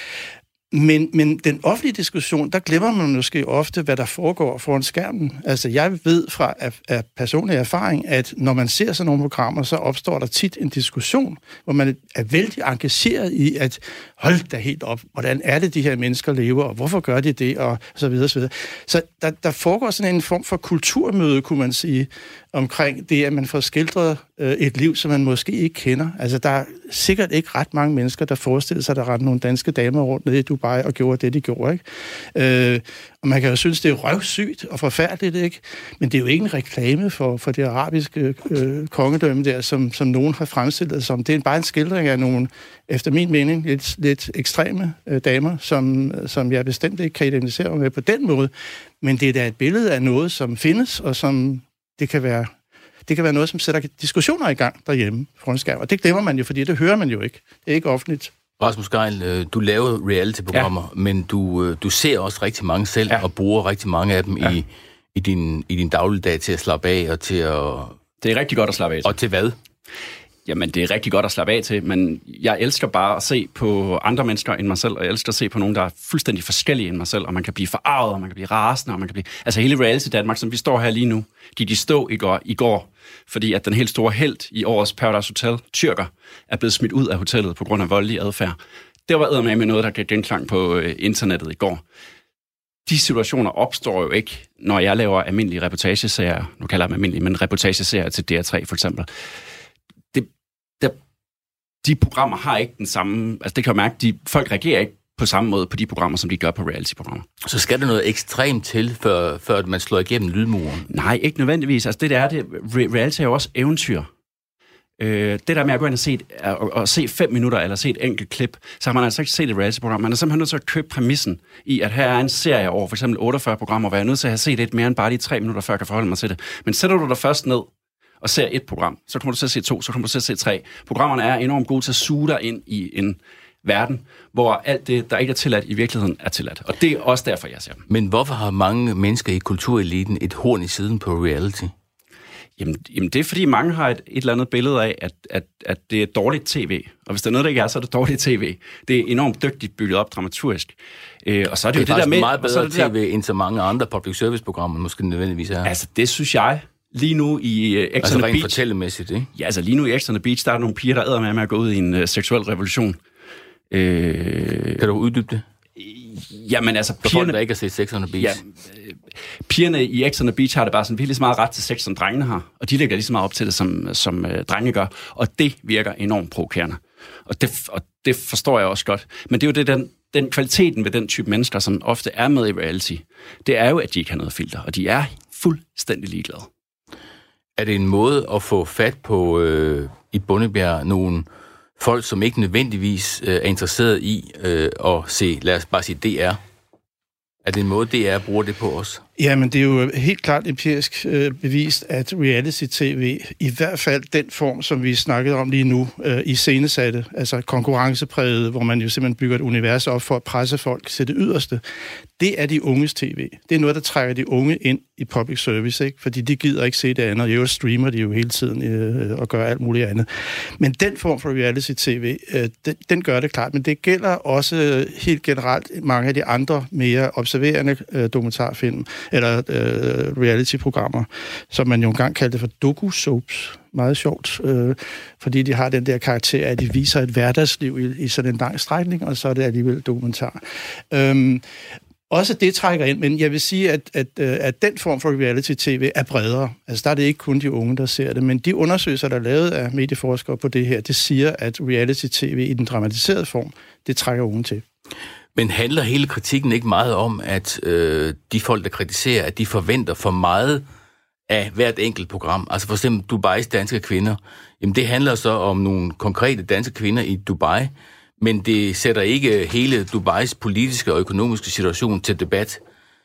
Men, men den offentlige diskussion, der glemmer man måske ofte, hvad der foregår foran skærmen. Altså, jeg ved fra af, af personlig erfaring, at når man ser sådan nogle programmer, så opstår der tit en diskussion, hvor man er vældig engageret i, at hold da helt op, hvordan er det, de her mennesker lever, og hvorfor gør de det, og så videre, så videre. Så der, der foregår sådan en form for kulturmøde, kunne man sige, omkring det, at man får skildret øh, et liv, som man måske ikke kender. Altså, der er sikkert ikke ret mange mennesker, der forestiller sig, at der rendte nogle danske damer rundt nede i Dubai og gjorde det, de gjorde, ikke? Øh, og man kan jo synes, det er røvsygt og forfærdeligt, ikke? Men det er jo ikke en reklame for, for det arabiske øh, kongedømme der, som, som nogen har fremstillet som. Det er bare en skildring af nogle, efter min mening, lidt, lidt ekstreme øh, damer, som, som jeg bestemt ikke kan identificere mig med på den måde. Men det er da et billede af noget, som findes, og som det kan være, det kan være noget, som sætter diskussioner i gang derhjemme foran skærmen. Og det glemmer man jo, fordi det hører man jo ikke. Det er ikke offentligt. Rasmus Gejl, du laver reality-programmer, ja. men du, du ser også rigtig mange selv, ja. og bruger rigtig mange af dem ja. i, i, din, i din dagligdag til at slappe af og til at... Det er rigtig godt at slappe af. Og til hvad? Jamen, det er rigtig godt at slappe af til, men jeg elsker bare at se på andre mennesker end mig selv, og jeg elsker at se på nogen, der er fuldstændig forskellige end mig selv, og man kan blive forarvet, og man kan blive rasende, og man kan blive... Altså hele reality Danmark, som vi står her lige nu, gik de stå i går, i går, fordi at den helt store helt i årets Paradise Hotel, tyrker, er blevet smidt ud af hotellet på grund af voldelig adfærd. Det var eddermame med noget, der gav genklang på øh, internettet i går. De situationer opstår jo ikke, når jeg laver almindelige reportageserier, nu kalder jeg dem almindelige, men reportageserier til D R tre for eksempel. Det, der, de programmer har ikke den samme... Altså det kan jeg mærke, de, folk reagerer ikke på samme måde på de programmer, som de gør på reality-programmer. Så skal der noget ekstremt til, før, før man slår igennem lydmuren? Nej, ikke nødvendigvis. Altså det der er det, reality er jo også eventyr. Øh, det der med at gå ind og se, og, og se fem minutter, eller se et enkelt klip, så har man altså ikke set et reality-program. Man er simpelthen nødt til at købe præmissen i, at her er en serie over for eksempel otteogfyrre programmer, hvor jeg er nødt til at have set et mere end bare de tre minutter, før jeg kan forholde mig til det. Men sætter du dig først ned og ser et program, så kommer du til at se to, så kommer du til at se tre. Programmerne er enormt gode til at suge dig ind i en verden, hvor alt det, der ikke er tilladt, i virkeligheden er tilladt. Og det er også derfor, jeg ser dem. Men hvorfor har mange mennesker i kultureliten et horn i siden på reality? Jamen, jamen det er, fordi mange har et, et eller andet billede af, at, at, at det er dårligt tv. Og hvis der er noget, der ikke er, så er det dårligt tv. Det er enormt dygtigt bygget op dramaturgisk. Øh, og så er det, det er jo det der med... meget bedre det der, tv, end så mange andre public service-programmer måske nødvendigvis er. Altså, det synes jeg... Lige nu i uh, X altså on the rent Beach... fortællemæssigt, ikke? Ja, altså lige nu i X on the Beach, der er nogle piger, der æder med, med at gå ud i en uh, seksuel revolution. Øh, kan du uddybe det? Jamen altså... For folk, der ikke har set Sex on the Beach. Ja, øh, pigerne i X on the Beach har det bare sådan virkelig så meget ret til sex, som drengene har. Og de lægger lige så meget op til det, som, som uh, drenge gør. Og det virker enormt provokerende. Og det, og det forstår jeg også godt. Men det er jo det, den, den kvaliteten ved den type mennesker, som ofte er med i reality, det er jo, at de ikke har noget filter. Og de er fuldstændig ligeglade. Er det en måde at få fat på øh, i Bondebjerg nogle folk, som ikke nødvendigvis øh, er interesseret i øh, at se, lad os bare sige D R? Er det en måde, D R bruger det på os? Jamen, det er jo helt klart empirisk øh, bevist, at reality-tv, i hvert fald den form, som vi snakkede om lige nu, øh, i scenesatte, altså konkurrencepræget, hvor man jo simpelthen bygger et univers op for at presse folk til det yderste, det er de unges tv. Det er noget, der trækker de unge ind i public service, ikke? Fordi de gider ikke se det andet. Jo, streamer de jo hele tiden øh, og gør alt muligt andet. Men den form for reality-tv, øh, den, den gør det klart, men det gælder også helt generelt mange af de andre mere observerende øh, dokumentarfilm, eller øh, reality-programmer, som man jo engang kaldte for doku-soaps. Meget sjovt, øh, fordi de har den der karakter, at de viser et hverdagsliv i, i sådan en lang strækning, og så er det alligevel dokumentar. Øhm, også det trækker ind, men jeg vil sige, at, at, at den form for reality-tv er bredere. Altså, der er det ikke kun de unge, der ser det, men de undersøgelser, der er lavet af medieforskere på det her, det siger, at reality-tv i den dramatiserede form, det trækker unge til. Men handler hele kritikken ikke meget om, at øh, de folk, der kritiserer, at de forventer for meget af hvert enkelt program? Altså for eksempel Dubais danske kvinder. Jamen det handler så om nogle konkrete danske kvinder i Dubai, men det sætter ikke hele Dubais politiske og økonomiske situation til debat.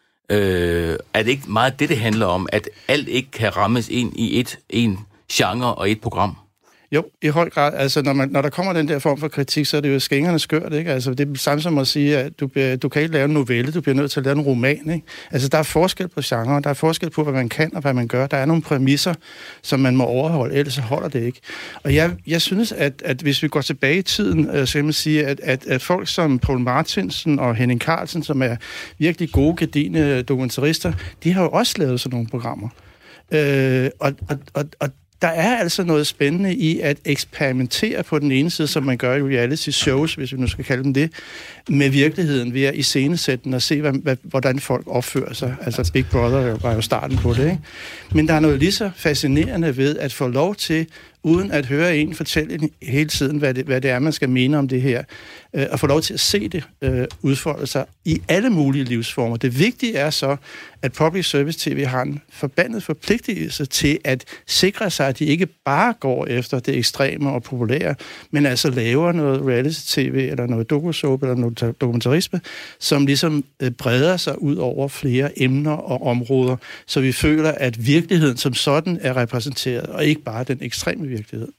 Øh, er det ikke meget det, det handler om, at alt ikke kan rammes ind i et, en genre og et program? Jo, i høj grad. Altså, når, man, når der kommer den der form for kritik, så er det jo skængerne skørt, ikke? Altså, det er samme som at sige, at du, du kan ikke lave en novelle, du bliver nødt til at lave en roman, ikke? Altså, der er forskel på genre, der er forskel på, hvad man kan og hvad man gør. Der er nogle præmisser, som man må overholde, ellers så holder det ikke. Og jeg, jeg synes, at, at hvis vi går tilbage i tiden, så kan man sige, at, at, at folk som Poul Martinsen og Henning Carlsen, som er virkelig gode, gedigne dokumentarister, de har jo også lavet sådan nogle programmer. Øh, og, og, og, og der er altså noget spændende i at eksperimentere på den ene side, som man gør i reality shows, hvis vi nu skal kalde dem det, med virkeligheden ved at iscenesætte den og se, hvad, hvad, hvordan folk opfører sig. Altså Big Brother var jo starten på det, ikke? Men der er noget lige så fascinerende ved at få lov til, uden at høre en fortælle hele tiden, hvad det, hvad det er, man skal mene om det her, øh, og få lov til at se det øh, udfolde sig i alle mulige livsformer. Det vigtige er så, at public service tv har en forbandet forpligtelse til at sikre sig, at de ikke bare går efter det ekstreme og populære, men altså laver noget reality-tv, eller noget doku-soap, eller noget dokumentarisme, som ligesom øh, breder sig ud over flere emner og områder, så vi føler, at virkeligheden som sådan er repræsenteret, og ikke bare den ekstreme virkelighed.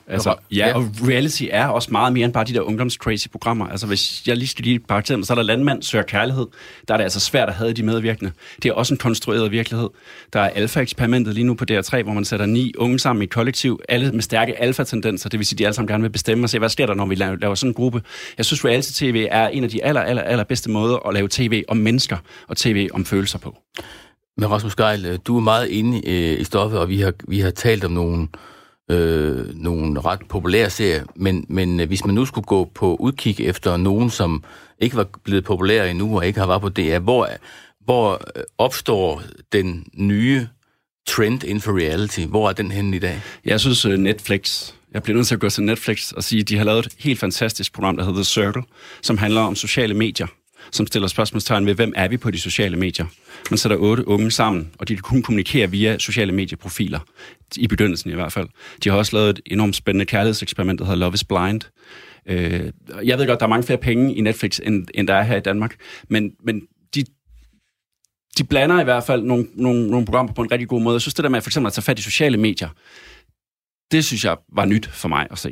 Altså, ja, og reality er også meget mere end bare de der ungdomscrazy programmer. Altså, hvis jeg lige skal give et par eksempler, så er der Landmand søger kærlighed. Der er det altså svært at have de medvirkende. Det er også en konstrueret virkelighed. Der er Alfa-eksperimentet lige nu på D R tre, hvor man sætter ni unge sammen i et kollektiv, alle med stærke alfa-tendenser. Det vil sige, de alle sammen gerne vil bestemme og se, hvad sker der, når vi laver sådan en gruppe. Jeg synes, reality-tv er en af de aller, aller, aller bedste måder at lave tv om mennesker og tv om følelser på. Men Rasmus Gejl, du er meget inde i stoffet, og vi har, vi har talt om nogle Øh, nogle ret populære serier, men, men hvis man nu skulle gå på udkig efter nogen, som ikke var blevet populære endnu, og ikke har været på D R, hvor, hvor opstår den nye trend inden for reality? Hvor er den henne i dag? Jeg synes Netflix. Jeg bliver nødt til at gå til Netflix og sige, at de har lavet et helt fantastisk program, der hedder The Circle, som handler om sociale medier, som stiller spørgsmålstegn ved, hvem er vi på de sociale medier. Man sætter otte unge sammen, og de kan kun kommunikere via sociale medieprofiler, i begyndelsen i hvert fald. De har også lavet et enormt spændende kærlighedseksperiment, der hedder Love is Blind. Jeg ved godt, der er mange flere penge i Netflix, end, end der er her i Danmark, men, men de, de blander i hvert fald nogle, nogle, nogle programmer på en rigtig god måde. Jeg synes, det der med for eksempel at tage fat i sociale medier, det synes jeg var nyt for mig at se.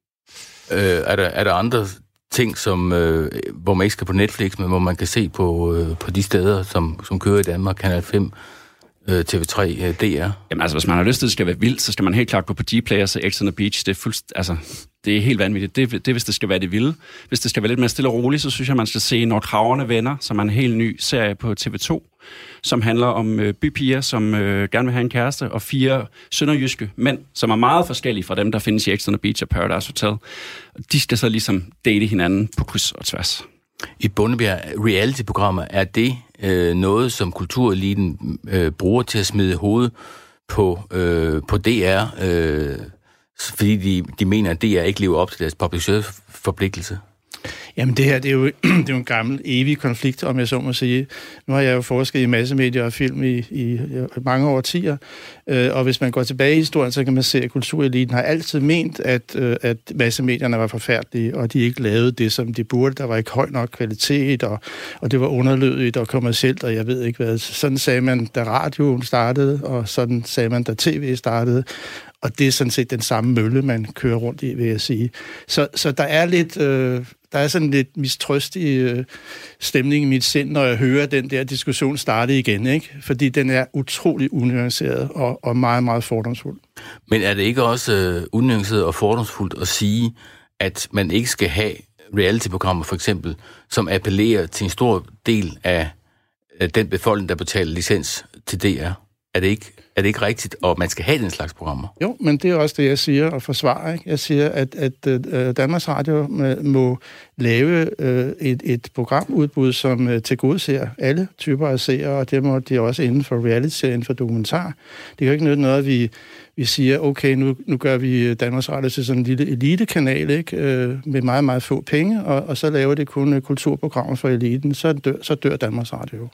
Øh, er, der, er der andre ting, som, øh, hvor man ikke skal på Netflix, men hvor man kan se på, øh, på de steder, som, som kører i Danmark, Kanal fem, øh, T V tre, øh, D R? Jamen altså, hvis man har lyst til, at det skal være vildt, så skal man helt klart gå på Dplay og se X on the Beach. Det er, fuldst, altså, det er helt vanvittigt. Det, det, hvis det skal være det vilde. Hvis det skal være lidt mere stille og roligt, så synes jeg, man skal se Når kragerne vender, som er en helt ny serie på T V to, som handler om øh, bypiger, som øh, gerne vil have en kæreste, og fire sønderjyske mænd, som er meget forskellige fra dem, der findes i X on the Beach og Paradise Hotel. De skal så ligesom date hinanden på kryds og tværs. I Bondebjerg, reality-programmer, er det øh, noget, som kultureliten øh, bruger til at smide hovedet på, øh, på D R, øh, fordi de, de mener, at D R ikke lever op til deres public service-forpligtelse? Jamen det her, det er, jo, det er jo en gammel, evig konflikt, om jeg så må sige. Nu har jeg jo forsket i massemedier og film i, i mange årtier, øh, og hvis man går tilbage i historien, så kan man se, at kultureliten har altid ment, at, øh, at massemedierne var forfærdelige, og de ikke lavede det, som de burde. Der var ikke høj nok kvalitet, og, og det var underlødigt og kommercielt, og jeg ved ikke hvad. Sådan sagde man, da radioen startede, og sådan sagde man, da tv startede. Og det er sådan set den samme mølle, man kører rundt i, vil jeg sige. Så, så der er lidt, øh, der er sådan lidt mistrøstig øh, stemning i mit sind, når jeg hører den der diskussion starte igen, ikke? Fordi den er utrolig unuanceret og, og meget, meget fordomsfuld. Men er det ikke også øh, unuanceret og fordomsfuldt at sige, at man ikke skal have reality-programmer, for eksempel, som appellerer til en stor del af, af den befolkning, der betaler licens til D R? Er det ikke Er det ikke rigtigt, og man skal have den slags programmer? Jo, men det er også det, jeg siger og forsvarer. Ikke? Jeg siger, at, at uh, Danmarks Radio må lave uh, et, et programudbud, som uh, tilgodeser alle typer af seere, og det må de også inden for reality, inden for dokumentar. Det kan jo ikke nytte noget, at vi, vi siger, okay, nu, nu gør vi Danmarks Radio til sådan en lille elitekanal, ikke? Uh, med meget, meget få penge, og, og så laver det kun uh, kulturprogrammer for eliten. Så dør, så dør Danmarks Radio.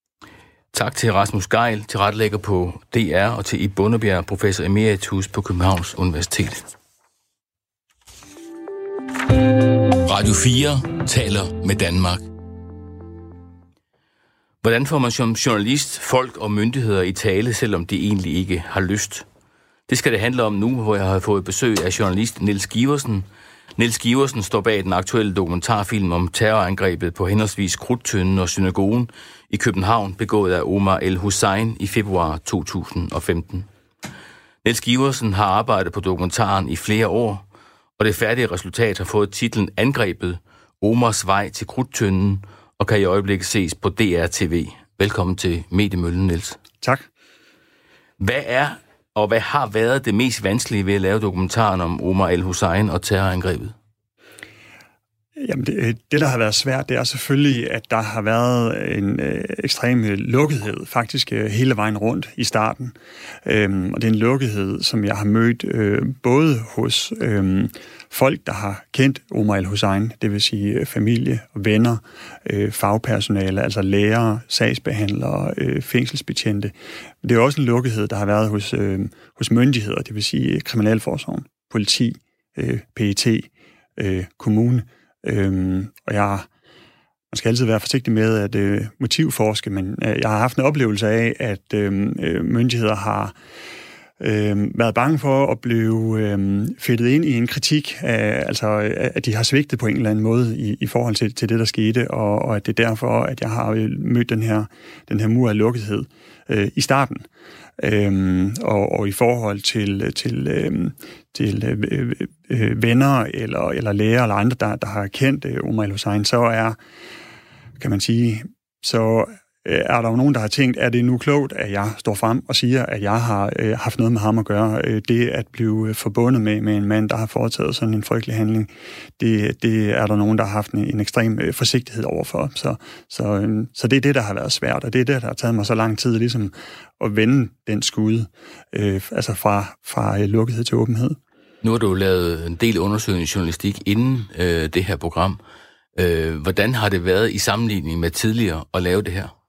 Tak til Rasmus Gejl, tilrettelægger på D R, og til Ib Bondebjerg, professor emeritus på Københavns Universitet. Radio fire taler med Danmark. Hvordan får man som journalist folk og myndigheder i tale, selvom de egentlig ikke har lyst? Det skal det handle om nu, hvor jeg har fået besøg af journalist Niels Giversen. Niels Giversen står bag den aktuelle dokumentarfilm om terrorangrebet på henholdsvis Krudttønden og synagogen i København, begået af Omar el-Hussein i februar to tusind og femten. Niels Giversen har arbejdet på dokumentaren i flere år, og det færdige resultat har fået titlen Angrebet, Omars vej til Krudttønden, og kan i øjeblikket ses på D R T V. Velkommen til Mediemøllen, Niels. Tak. Hvad er og hvad har været det mest vanskelige ved at lave dokumentaren om Omar el-Hussein og terrorangrebet? Jamen, det, det, der har været svært, det er selvfølgelig, at der har været en øh, ekstrem lukkethed, faktisk øh, hele vejen rundt i starten. Øhm, og det er en lukkethed, som jeg har mødt øh, både hos øh, folk, der har kendt Omar el-Hussein, det vil sige øh, familie og venner, øh, fagpersonale, altså lærere, sagsbehandlere, øh, fængselsbetjente. Det er også en lukkethed, der har været hos, øh, hos myndigheder, det vil sige kriminalforsorgen, politi, øh, P E T, øh, kommune. Øhm, og jeg, man skal altid være forsigtig med at øh, motivforske, men øh, jeg har haft en oplevelse af, at øh, myndigheder har øh, været bange for at blive øh, fedtet ind i en kritik af, altså, at de har svigtet på en eller anden måde i, i forhold til, til det, der skete, og, og at det er derfor, at jeg har mødt den her, den her mur af lukkethed øh, i starten. Øhm, og, og i forhold til, til, øhm, til øh, øh, venner eller, eller læger eller andre, der, der har kendt øh, Omar El-Hussein, så er, kan man sige, så er der jo nogen, der har tænkt, er det nu klogt, at jeg står frem og siger, at jeg har øh, haft noget med ham at gøre. Øh, det at blive forbundet med, med en mand, der har foretaget sådan en frygtelig handling, det, det er der nogen, der har haft en, en ekstrem øh, forsigtighed overfor. Så, så, øh, så det er det, der har været svært, og det er det, der har taget mig så lang tid ligesom at vende den skude, øh, altså fra, fra øh, lukkethed til åbenhed. Nu har du lavet en del undersøgende journalistik inden øh, det her program. Øh, hvordan har det været i sammenligning med tidligere at lave det her?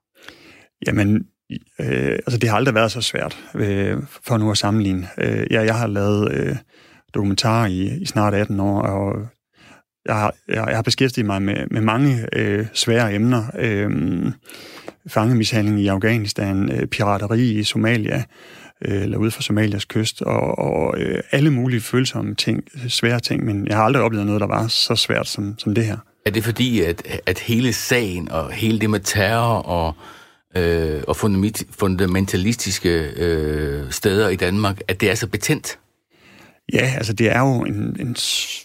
Jamen, øh, altså det har aldrig været så svært øh, for nu at sammenligne. Øh, ja, jeg har lavet øh, dokumentarer i, i snart atten år, og jeg har, jeg, jeg har beskæftiget mig med, med mange øh, svære emner. Øh, fangemishandling i Afghanistan, øh, pirateri i Somalia, øh, eller ude for Somalias kyst, og, og øh, alle mulige følsomme ting, svære ting, men jeg har aldrig oplevet noget, der var så svært som, som det her. Er det fordi, at, at hele sagen og hele det med terror og Øh, og fundamentalistiske øh, steder i Danmark, at det er så betændt? Ja, altså det er jo en, en,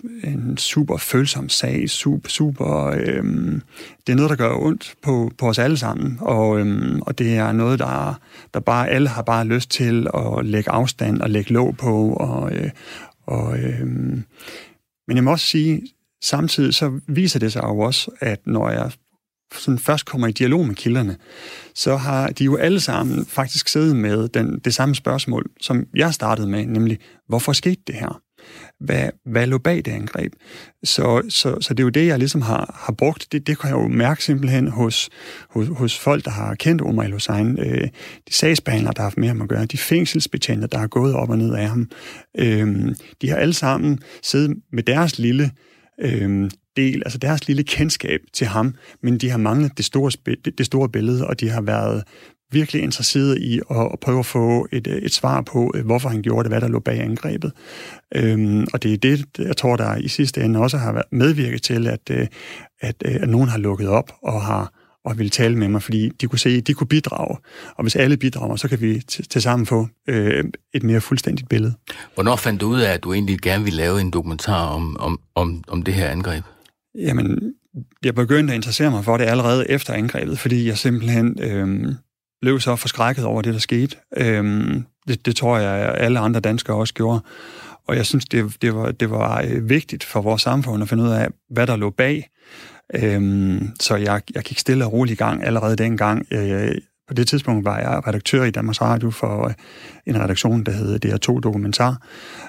en super følsom sag, super, super øhm, det er noget, der gør ondt på, på os alle sammen, og, øhm, og det er noget, der, der bare, alle har bare lyst til at lægge afstand og lægge låg på, og, øh, og øhm, men jeg må også sige, samtidig så viser det sig jo også, at når jeg sådan først kommer i dialog med kilderne, så har de jo alle sammen faktisk siddet med den, det samme spørgsmål, som jeg startede med, nemlig, hvorfor skete det her? Hvad, hvad lå bag det angreb? Så, så, så det er jo det, jeg ligesom har, har brugt. Det, det kan jeg jo mærke simpelthen hos, hos, hos folk, der har kendt Omar El-Hussein, øh, de sagsbehandlere, der har haft med ham at gøre, de fængselsbetjente, der har gået op og ned af ham. Øh, de har alle sammen siddet med deres lille øh, del, altså deres lille kendskab til ham, men de har manglet det store, det store billede, og de har været virkelig interesseret i at, at prøve at få et, et svar på, hvorfor han gjorde det, hvad der lå bag angrebet. Øhm, og det er det, jeg tror, der i sidste ende også har medvirket til, at, at, at, at nogen har lukket op og har og ville tale med mig, fordi de kunne se, at de kunne bidrage. Og hvis alle bidrager, så kan vi til sammen få øh, et mere fuldstændigt billede. Hvornår fandt du ud af, at du egentlig gerne ville lave en dokumentar om, om, om, om det her angreb? Jamen, jeg begyndte at interessere mig for det allerede efter angrebet, fordi jeg simpelthen øh, blev så forskrækket over det, der skete. Øh, det, det tror jeg, at alle andre danskere også gjorde. Og jeg synes, det, det, var, det var vigtigt for vores samfund at finde ud af, hvad der lå bag. Øh, så jeg, jeg gik stille og roligt i gang allerede dengang. Øh, På det tidspunkt var jeg redaktør i Danmarks Radio for en redaktion, der hed D R to Dokumentar.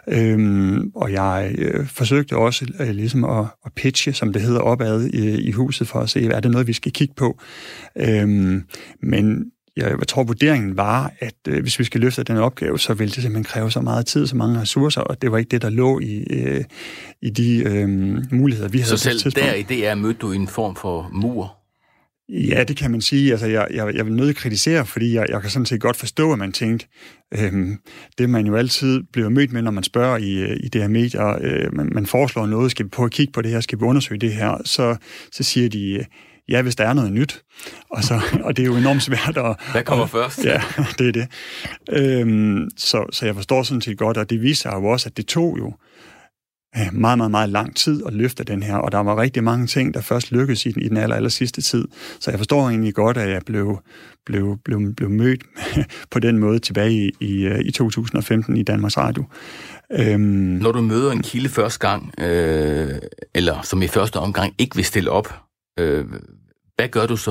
Øhm, og jeg øh, forsøgte også øh, ligesom at, at pitche, som det hedder, opad i, i huset for at se, er det noget, vi skal kigge på. Øhm, men jeg, jeg tror, vurderingen var, at øh, hvis vi skal løfte den opgave, så ville det simpelthen kræve så meget tid, så mange ressourcer, og det var ikke det, der lå i, øh, i de øh, muligheder, vi havde. Så selv der i D R mødte du en form for mur? Ja, det kan man sige. Altså, jeg, jeg, jeg vil nødt kritisere, fordi jeg, jeg kan sådan set godt forstå, at man tænkte, øhm, det man jo altid bliver mødt med, når man spørger i, i det her medier, øh, man, man foreslår noget, skal vi prøve at kigge på det her, skal vi undersøge det her, så, så siger de, ja, hvis der er noget nyt. Og, så, og det er jo enormt svært at... Hvad kommer og, først? Ja, det er det. Øhm, så, så jeg forstår sådan set godt, og det viser jo også, at det tog jo meget, meget, meget lang tid at løfte den her, og der var rigtig mange ting, der først lykkedes i den, i den aller, aller sidste tid. Så jeg forstår egentlig godt, at jeg blev, blev, blev, blev mødt på den måde tilbage i, i, i to tusind og femten i Danmarks Radio. Øhm, Når du møder en kilde første gang, øh, eller som i første omgang ikke vil stille op, øh, hvad gør du så?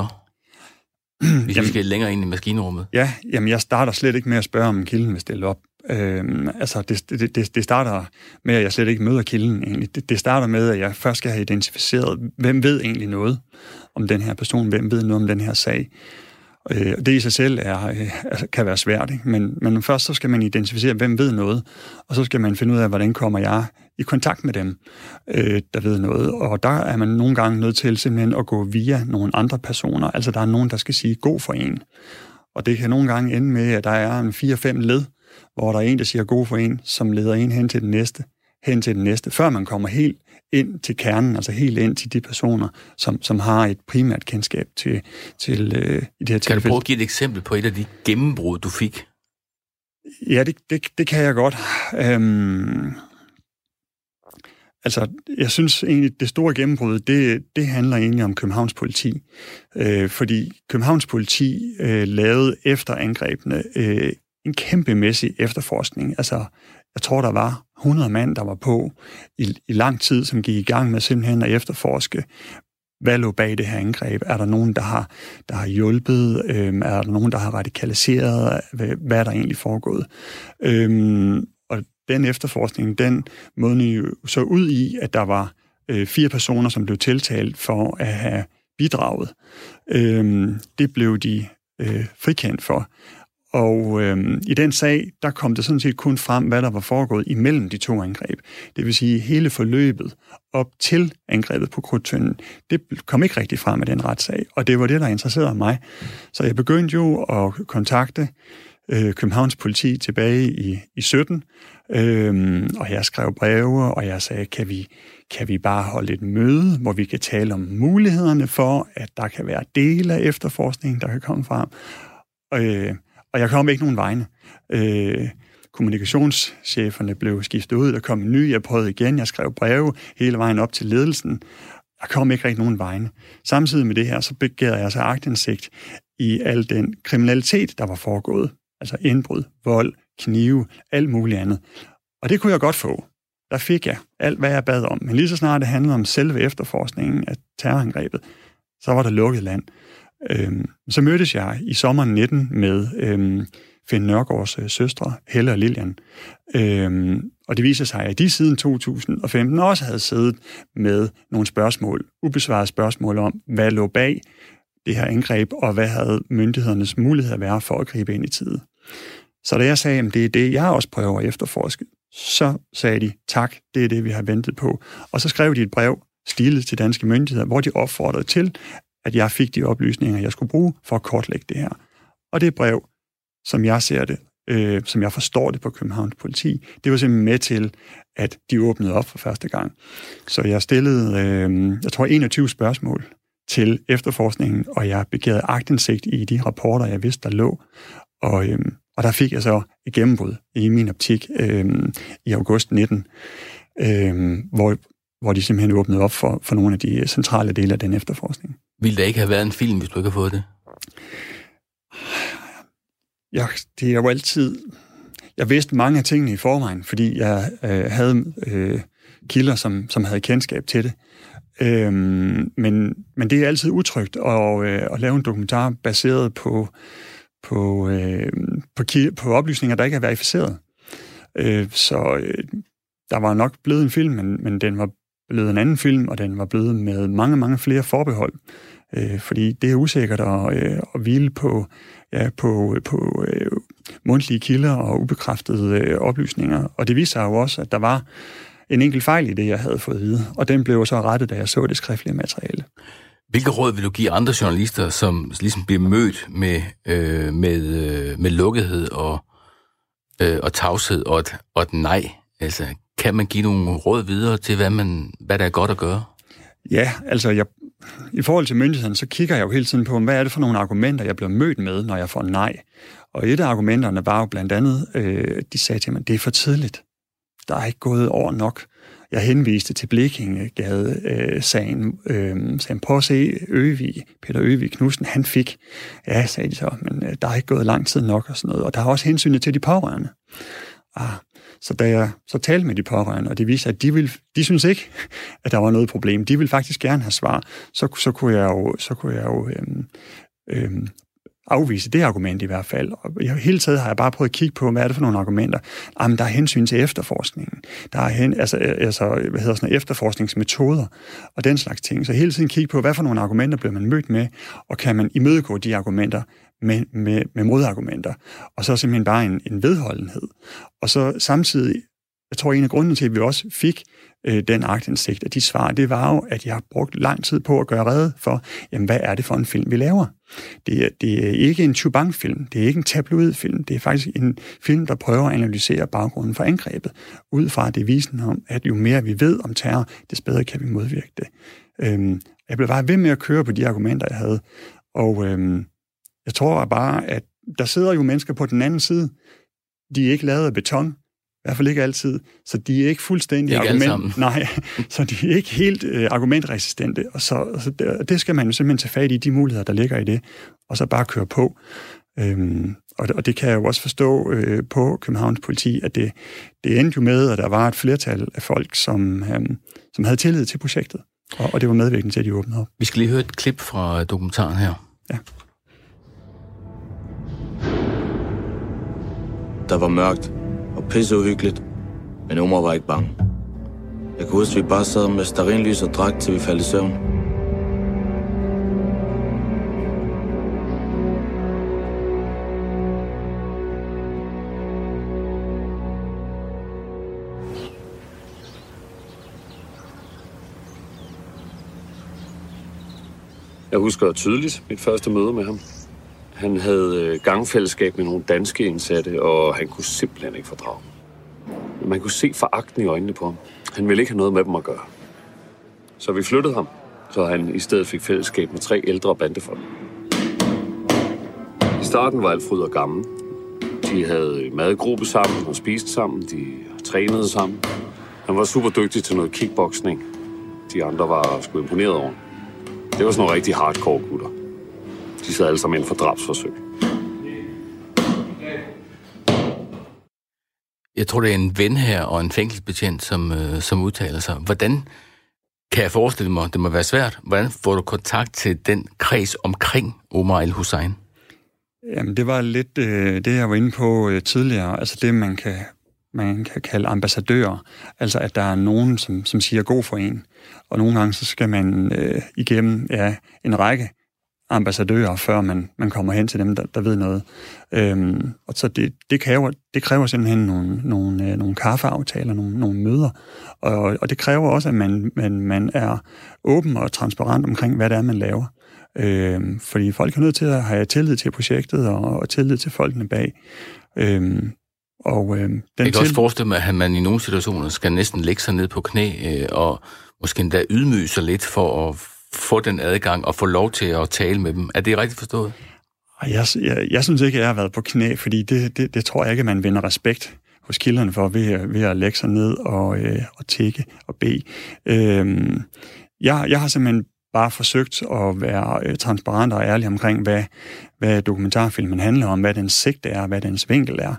Hvis jamen, vi skal længere ind i maskinrummet. Ja, jamen jeg starter slet ikke med at spørge, om kilden vil stille op. Øhm, altså, det, det, det starter med, at jeg slet ikke møder kilden egentlig. Det, det starter med, at jeg først skal have identificeret, hvem ved egentlig noget om den her person, hvem ved noget om den her sag. Øh, det i sig selv er, øh, kan være svært, ikke? Men, men først så skal man identificere, hvem ved noget, og så skal man finde ud af, hvordan kommer jeg i kontakt med dem, øh, der ved noget. Og der er man nogle gange nødt til simpelthen at gå via nogle andre personer. Altså der er nogen, der skal sige god for en. Og det kan nogle gange ende med, at der er en fire-fem led, hvor der er en, der siger god for en, som leder en hen til den næste, hen til den næste, før man kommer helt ind til kernen, altså helt ind til de personer, som, som har et primært kendskab til, til øh, i det her tilfælde. Kan du prøve at give et eksempel på et af de gennembrud, du fik? Ja, det, det, det kan jeg godt. Øhm, altså, jeg synes egentlig, det store gennembrud, det, det handler egentlig om Københavns politi. Øh, fordi Københavns politi øh, lavede efter angrebene øh, en kæmpemæssig efterforskning. Altså, jeg tror, der var hundrede mand, der var på i, i lang tid, som gik i gang med simpelthen at efterforske, hvad lå bag det her angreb? Er der nogen, der har, der har hjulpet? Øhm, er der nogen, der har radikaliseret? Hvad, hvad er der egentlig foregået? Øhm, og den efterforskning, den mådede jo så ud i, at der var øh, fire personer, som blev tiltalt for at have bidraget. Øhm, det blev de øh, frikendt for. Og øhm, i den sag, der kom det sådan set kun frem, hvad der var foregået imellem de to angreb. Det vil sige, hele forløbet op til angrebet på Krudttønden, det kom ikke rigtig frem med den retssag. Og det var det, der interesserede mig. Så jeg begyndte jo at kontakte øh, Københavns politi tilbage i, i sytten, øhm, og jeg skrev breve, og jeg sagde, kan vi, kan vi bare holde et møde, hvor vi kan tale om mulighederne for, at der kan være dele af efterforskningen, der kan komme frem. Øh, Og jeg kom ikke nogen vegne. Øh, kommunikationscheferne blev skiftet ud, der kom en ny, jeg prøvede igen, jeg skrev breve hele vejen op til ledelsen. Jeg kom ikke rigtig nogen vegne. Samtidig med det her, så begærede jeg så aktindsigt i al den kriminalitet, der var foregået. Altså indbrud, vold, knive, alt muligt andet. Og det kunne jeg godt få. Der fik jeg alt, hvad jeg bad om. Men lige så snart det handlede om selve efterforskningen af terrorangrebet, så var der lukket land. Øhm, så mødtes jeg i sommeren nitten med øhm, Finn Nørgaards øh, søstre, Helle og Lilian. Øhm, og det viser sig, at de siden to tusind og femten også havde siddet med nogle spørgsmål, ubesvarede spørgsmål om, hvad lå bag det her angreb, og hvad havde myndighedernes muligheder være for at gribe ind i tide. Så da jeg sagde, at det er det, jeg også prøver at efterforske, så sagde de, tak, det er det, vi har ventet på. Og så skrev de et brev, stilet til danske myndigheder, hvor de opfordrede til, at jeg fik de oplysninger, jeg skulle bruge for at kortlægge det her. Og det brev, som jeg ser det, øh, som jeg forstår det på Københavns politi, det var simpelthen med til, at de åbnede op for første gang. Så jeg stillede, øh, jeg tror, enogtyve spørgsmål til efterforskningen, og jeg begærede aktindsigt i de rapporter, jeg vidste, der lå. Og, øh, og der fik jeg så et gennembrud i min optik øh, i august nitten, øh, hvor, hvor de simpelthen åbnede op for, for nogle af de centrale dele af den efterforskning. Ville der ikke have været en film, hvis du ikke har fået det? Ja, det er jo altid... Jeg vidste mange af tingene i forvejen, fordi jeg øh, havde øh, kilder, som, som havde kendskab til det. Øhm, men, men det er altid utrygt at, øh, at lave en dokumentar baseret på, på, øh, på, kilder, på oplysninger, der ikke er verificeret. Øh, så øh, der var nok blevet en film, men, men den var blevet en anden film, og den var blevet med mange, mange flere forbehold. Øh, fordi det er usikkert at, øh, at hvile på, ja, på, på øh, mundtlige kilder og ubekræftede øh, oplysninger. Og det viste sig jo også, at der var en enkelt fejl i det, jeg havde fået at vide. Og den blev så rettet, da jeg så det skriftlige materiale. Hvilke råd vil du give andre journalister, som ligesom bliver mødt med, øh, med, øh, med lukkethed og, øh, og tavshed og et, og et nej? Altså, kan man give nogle råd videre til, hvad, man, hvad der er godt at gøre? Ja, altså, jeg, i forhold til myndighederne, så kigger jeg jo hele tiden på, hvad er det for nogle argumenter, jeg bliver mødt med, når jeg får nej. Og et af argumenterne var jo blandt andet, øh, de sagde til mig, det er for tidligt. Der er ikke gået over nok. Jeg henviste til Blekingegade-sagen. Øh, sagde, prøv at se Øvig, Peter Øvig Knudsen, han fik. Ja, sagde de så, men øh, der er ikke gået lang tid nok og sådan noget. Og der er også hensynet til de pårørende. Ah, så da jeg så talte med de pårørende, og det viste, at de, ville, de synes ikke, at der var noget problem. De ville faktisk gerne have svar. Så, så kunne jeg jo, så kunne jeg jo øhm, øhm, afvise det argument i hvert fald. Og i hele taget har jeg bare prøvet at kigge på, hvad er det for nogle argumenter. Jamen, der er hensyn til efterforskningen. Der er hen, altså, altså, hvad hedder sådan, efterforskningsmetoder og den slags ting. Så hele tiden kigge på, hvad for nogle argumenter bliver man mødt med, og kan man imødegå de argumenter med, med, med modargumenter. Og så simpelthen bare en, en vedholdenhed. Og så samtidig jeg tror, en af grundene til, at vi også fik øh, den aktindsigt af de svar, det var jo, at jeg har brugt lang tid på at gøre rede for, jamen, hvad er det for en film, vi laver? Det er, det er ikke en Chubang-film, det er ikke en tabloid-film, det er faktisk en film, der prøver at analysere baggrunden for angrebet, ud fra det visen om, at jo mere vi ved om terror, des bedre kan vi modvirke det. Øhm, jeg blev bare ved med at køre på de argumenter, jeg havde, og øhm, jeg tror bare, at der sidder jo mennesker på den anden side, de er ikke lavet af beton, i hvert fald ikke altid, så de er ikke fuldstændig ikke argument... Nej, så de er ikke helt øh, argumentresistente, og så, så det, det skal man jo simpelthen tage fat i, de muligheder, der ligger i det, og så bare køre på. Øhm, og, og det kan jeg jo også forstå øh, på Københavns politi, at det, det endte jo med, at der var et flertal af folk, som, øhm, som havde tillid til projektet, og, og det var medvirkende til, at de åbnede op. Vi skal lige høre et klip fra dokumentaren her. Ja. Der var mørkt og pisse uhyggeligt, men Omar var ikke bange. Jeg kunne huske, at vi bare sad med stearinlys og drak, til vi faldt i søvn. Jeg husker tydeligt mit første møde med ham. Han havde gangfællesskab med nogle danske indsatte, og han kunne simpelthen ikke fordrage dem. Man kunne se foragten i øjnene på ham. Han ville ikke have noget med dem at gøre. Så vi flyttede ham, så han i stedet fik fællesskab med tre ældre bandefolk. I starten var alt fryd og gammel. De havde madgruppe sammen og spiste sammen. De trænede sammen. Han var super dygtig til noget kickboxing. De andre var sgu imponeret over. Det var sådan nogle rigtig hardcore gutter. De sad alle sammen inden for drabsforsøg. Jeg tror, det er en ven her og en fængselsbetjent, som, øh, som udtaler sig. Hvordan kan jeg forestille mig, det må være svært, hvordan får du kontakt til den kreds omkring Omar el-Hussein? Jamen, det var lidt øh, det, jeg var inde på øh, tidligere. Altså det, man kan, man kan kalde ambassadører. Altså, at der er nogen, som, som siger god for en. Og nogle gange, så skal man øh, igennem ja, en række ambassadører, før man, man kommer hen til dem, der, der ved noget. Øhm, og så det, det, kræver, det kræver simpelthen nogle, nogle, øh, nogle kaffeaftaler, nogle, nogle møder, og, og det kræver også, at man, man, man er åben og transparent omkring, hvad det er, man laver. Øhm, fordi folk er nødt til at have tillid til projektet, og, og tillid til folkene bag. Øhm, og, øhm, den Jeg kan til... også forestille mig, at man i nogle situationer skal næsten lægge sig ned på knæ, øh, og måske endda ydmyge sig lidt for at få den adgang og få lov til at tale med dem. Er det rigtigt forstået? Jeg, jeg, jeg synes ikke, at jeg har været på knæ, fordi det, det, det tror jeg ikke, at man vinder respekt hos kilderne for ved, ved at lægge sig ned og, øh, og tikke og bede. Øhm, jeg, jeg har simpelthen bare forsøgt at være øh, transparent og ærlig omkring, hvad, hvad dokumentarfilmen handler om, hvad dens sigte er, hvad dens vinkel er.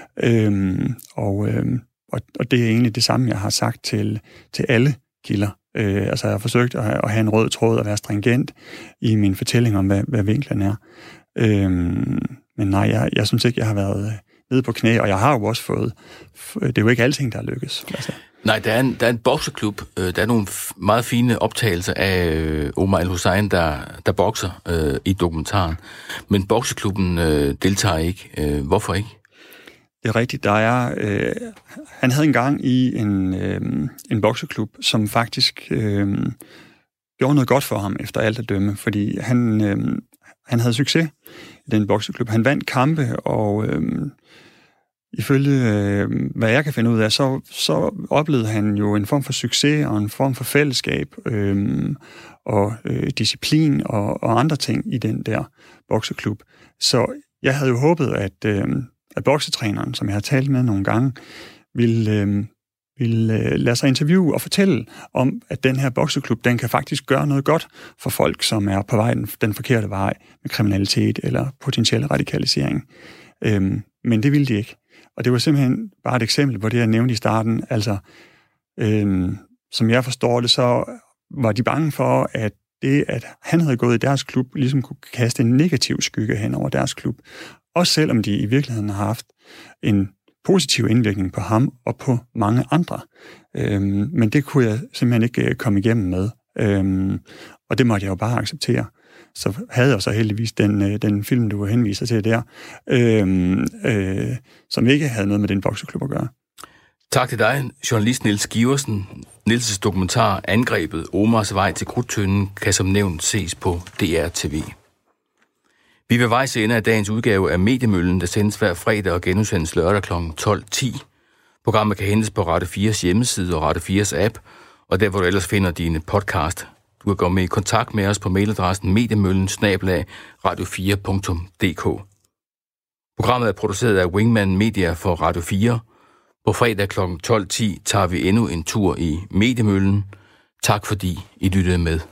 Øhm, og, øh, og, og det er egentlig det samme, jeg har sagt til, til alle kilder. Øh, altså jeg har forsøgt at have, at have en rød tråd og være stringent i min fortælling om, hvad, hvad vinklen er. Øhm, men nej, jeg, jeg synes ikke, jeg har været øh, nede på knæ, og jeg har jo også fået... Det er jo ikke alting, der er lykkes. Altså. Nej, der er en, der er en bokseklub. Der er nogle meget fine optagelser af Omar el-Hussein, der, der bokser øh, i dokumentaren. Men bokseklubben øh, deltager ikke. Øh, hvorfor ikke? Det er rigtigt. Der er, øh, han havde engang i en, øh, en bokseklub, som faktisk øh, gjorde noget godt for ham efter alt at dømme, fordi han, øh, han havde succes i den bokseklub. Han vandt kampe, og øh, ifølge øh, hvad jeg kan finde ud af, så, så oplevede han jo en form for succes og en form for fællesskab øh, og øh, disciplin og, og andre ting i den der bokseklub. Så jeg havde jo håbet, at øh, at boksetræneren, som jeg har talt med nogle gange, ville, øh, ville øh, lade sig interviewe og fortælle om, at den her bokseklub, den kan faktisk gøre noget godt for folk, som er på vej den, den forkerte vej med kriminalitet eller potentiel radikalisering. Øh, men det ville de ikke. Og det var simpelthen bare et eksempel på det, jeg nævnte i starten. Altså, øh, som jeg forstår det, så var de bange for, at det, at han havde gået i deres klub, ligesom kunne kaste en negativ skygge hen over deres klub. Også selvom de i virkeligheden har haft en positiv indvirkning på ham og på mange andre. Øhm, men det kunne jeg simpelthen ikke komme igennem med. Øhm, og det måtte jeg jo bare acceptere. Så havde jeg så heldigvis den, den film, du henviser til der, øhm, øh, som ikke havde noget med den bokseklub at gøre. Tak til dig, journalist Niels Giversen. Niels' dokumentar Angrebet, Omars vej til Krudttønden, kan som nævnt ses på D R T V. Vi vil vejs ende af dagens udgave af Mediemøllen, der sendes hver fredag og genudsendes lørdag kl. tolv ti. Programmet kan hentes på Radio fires hjemmeside og Radio fires app, og der hvor du ellers finder dine podcast. Du kan gå med i kontakt med os på mailadressen mediemøllen snabel-a radio fire punktum d k. Programmet er produceret af Wingman Media for Radio fire. På fredag kl. tolv ti tager vi endnu en tur i Mediemøllen. Tak fordi I lyttede med.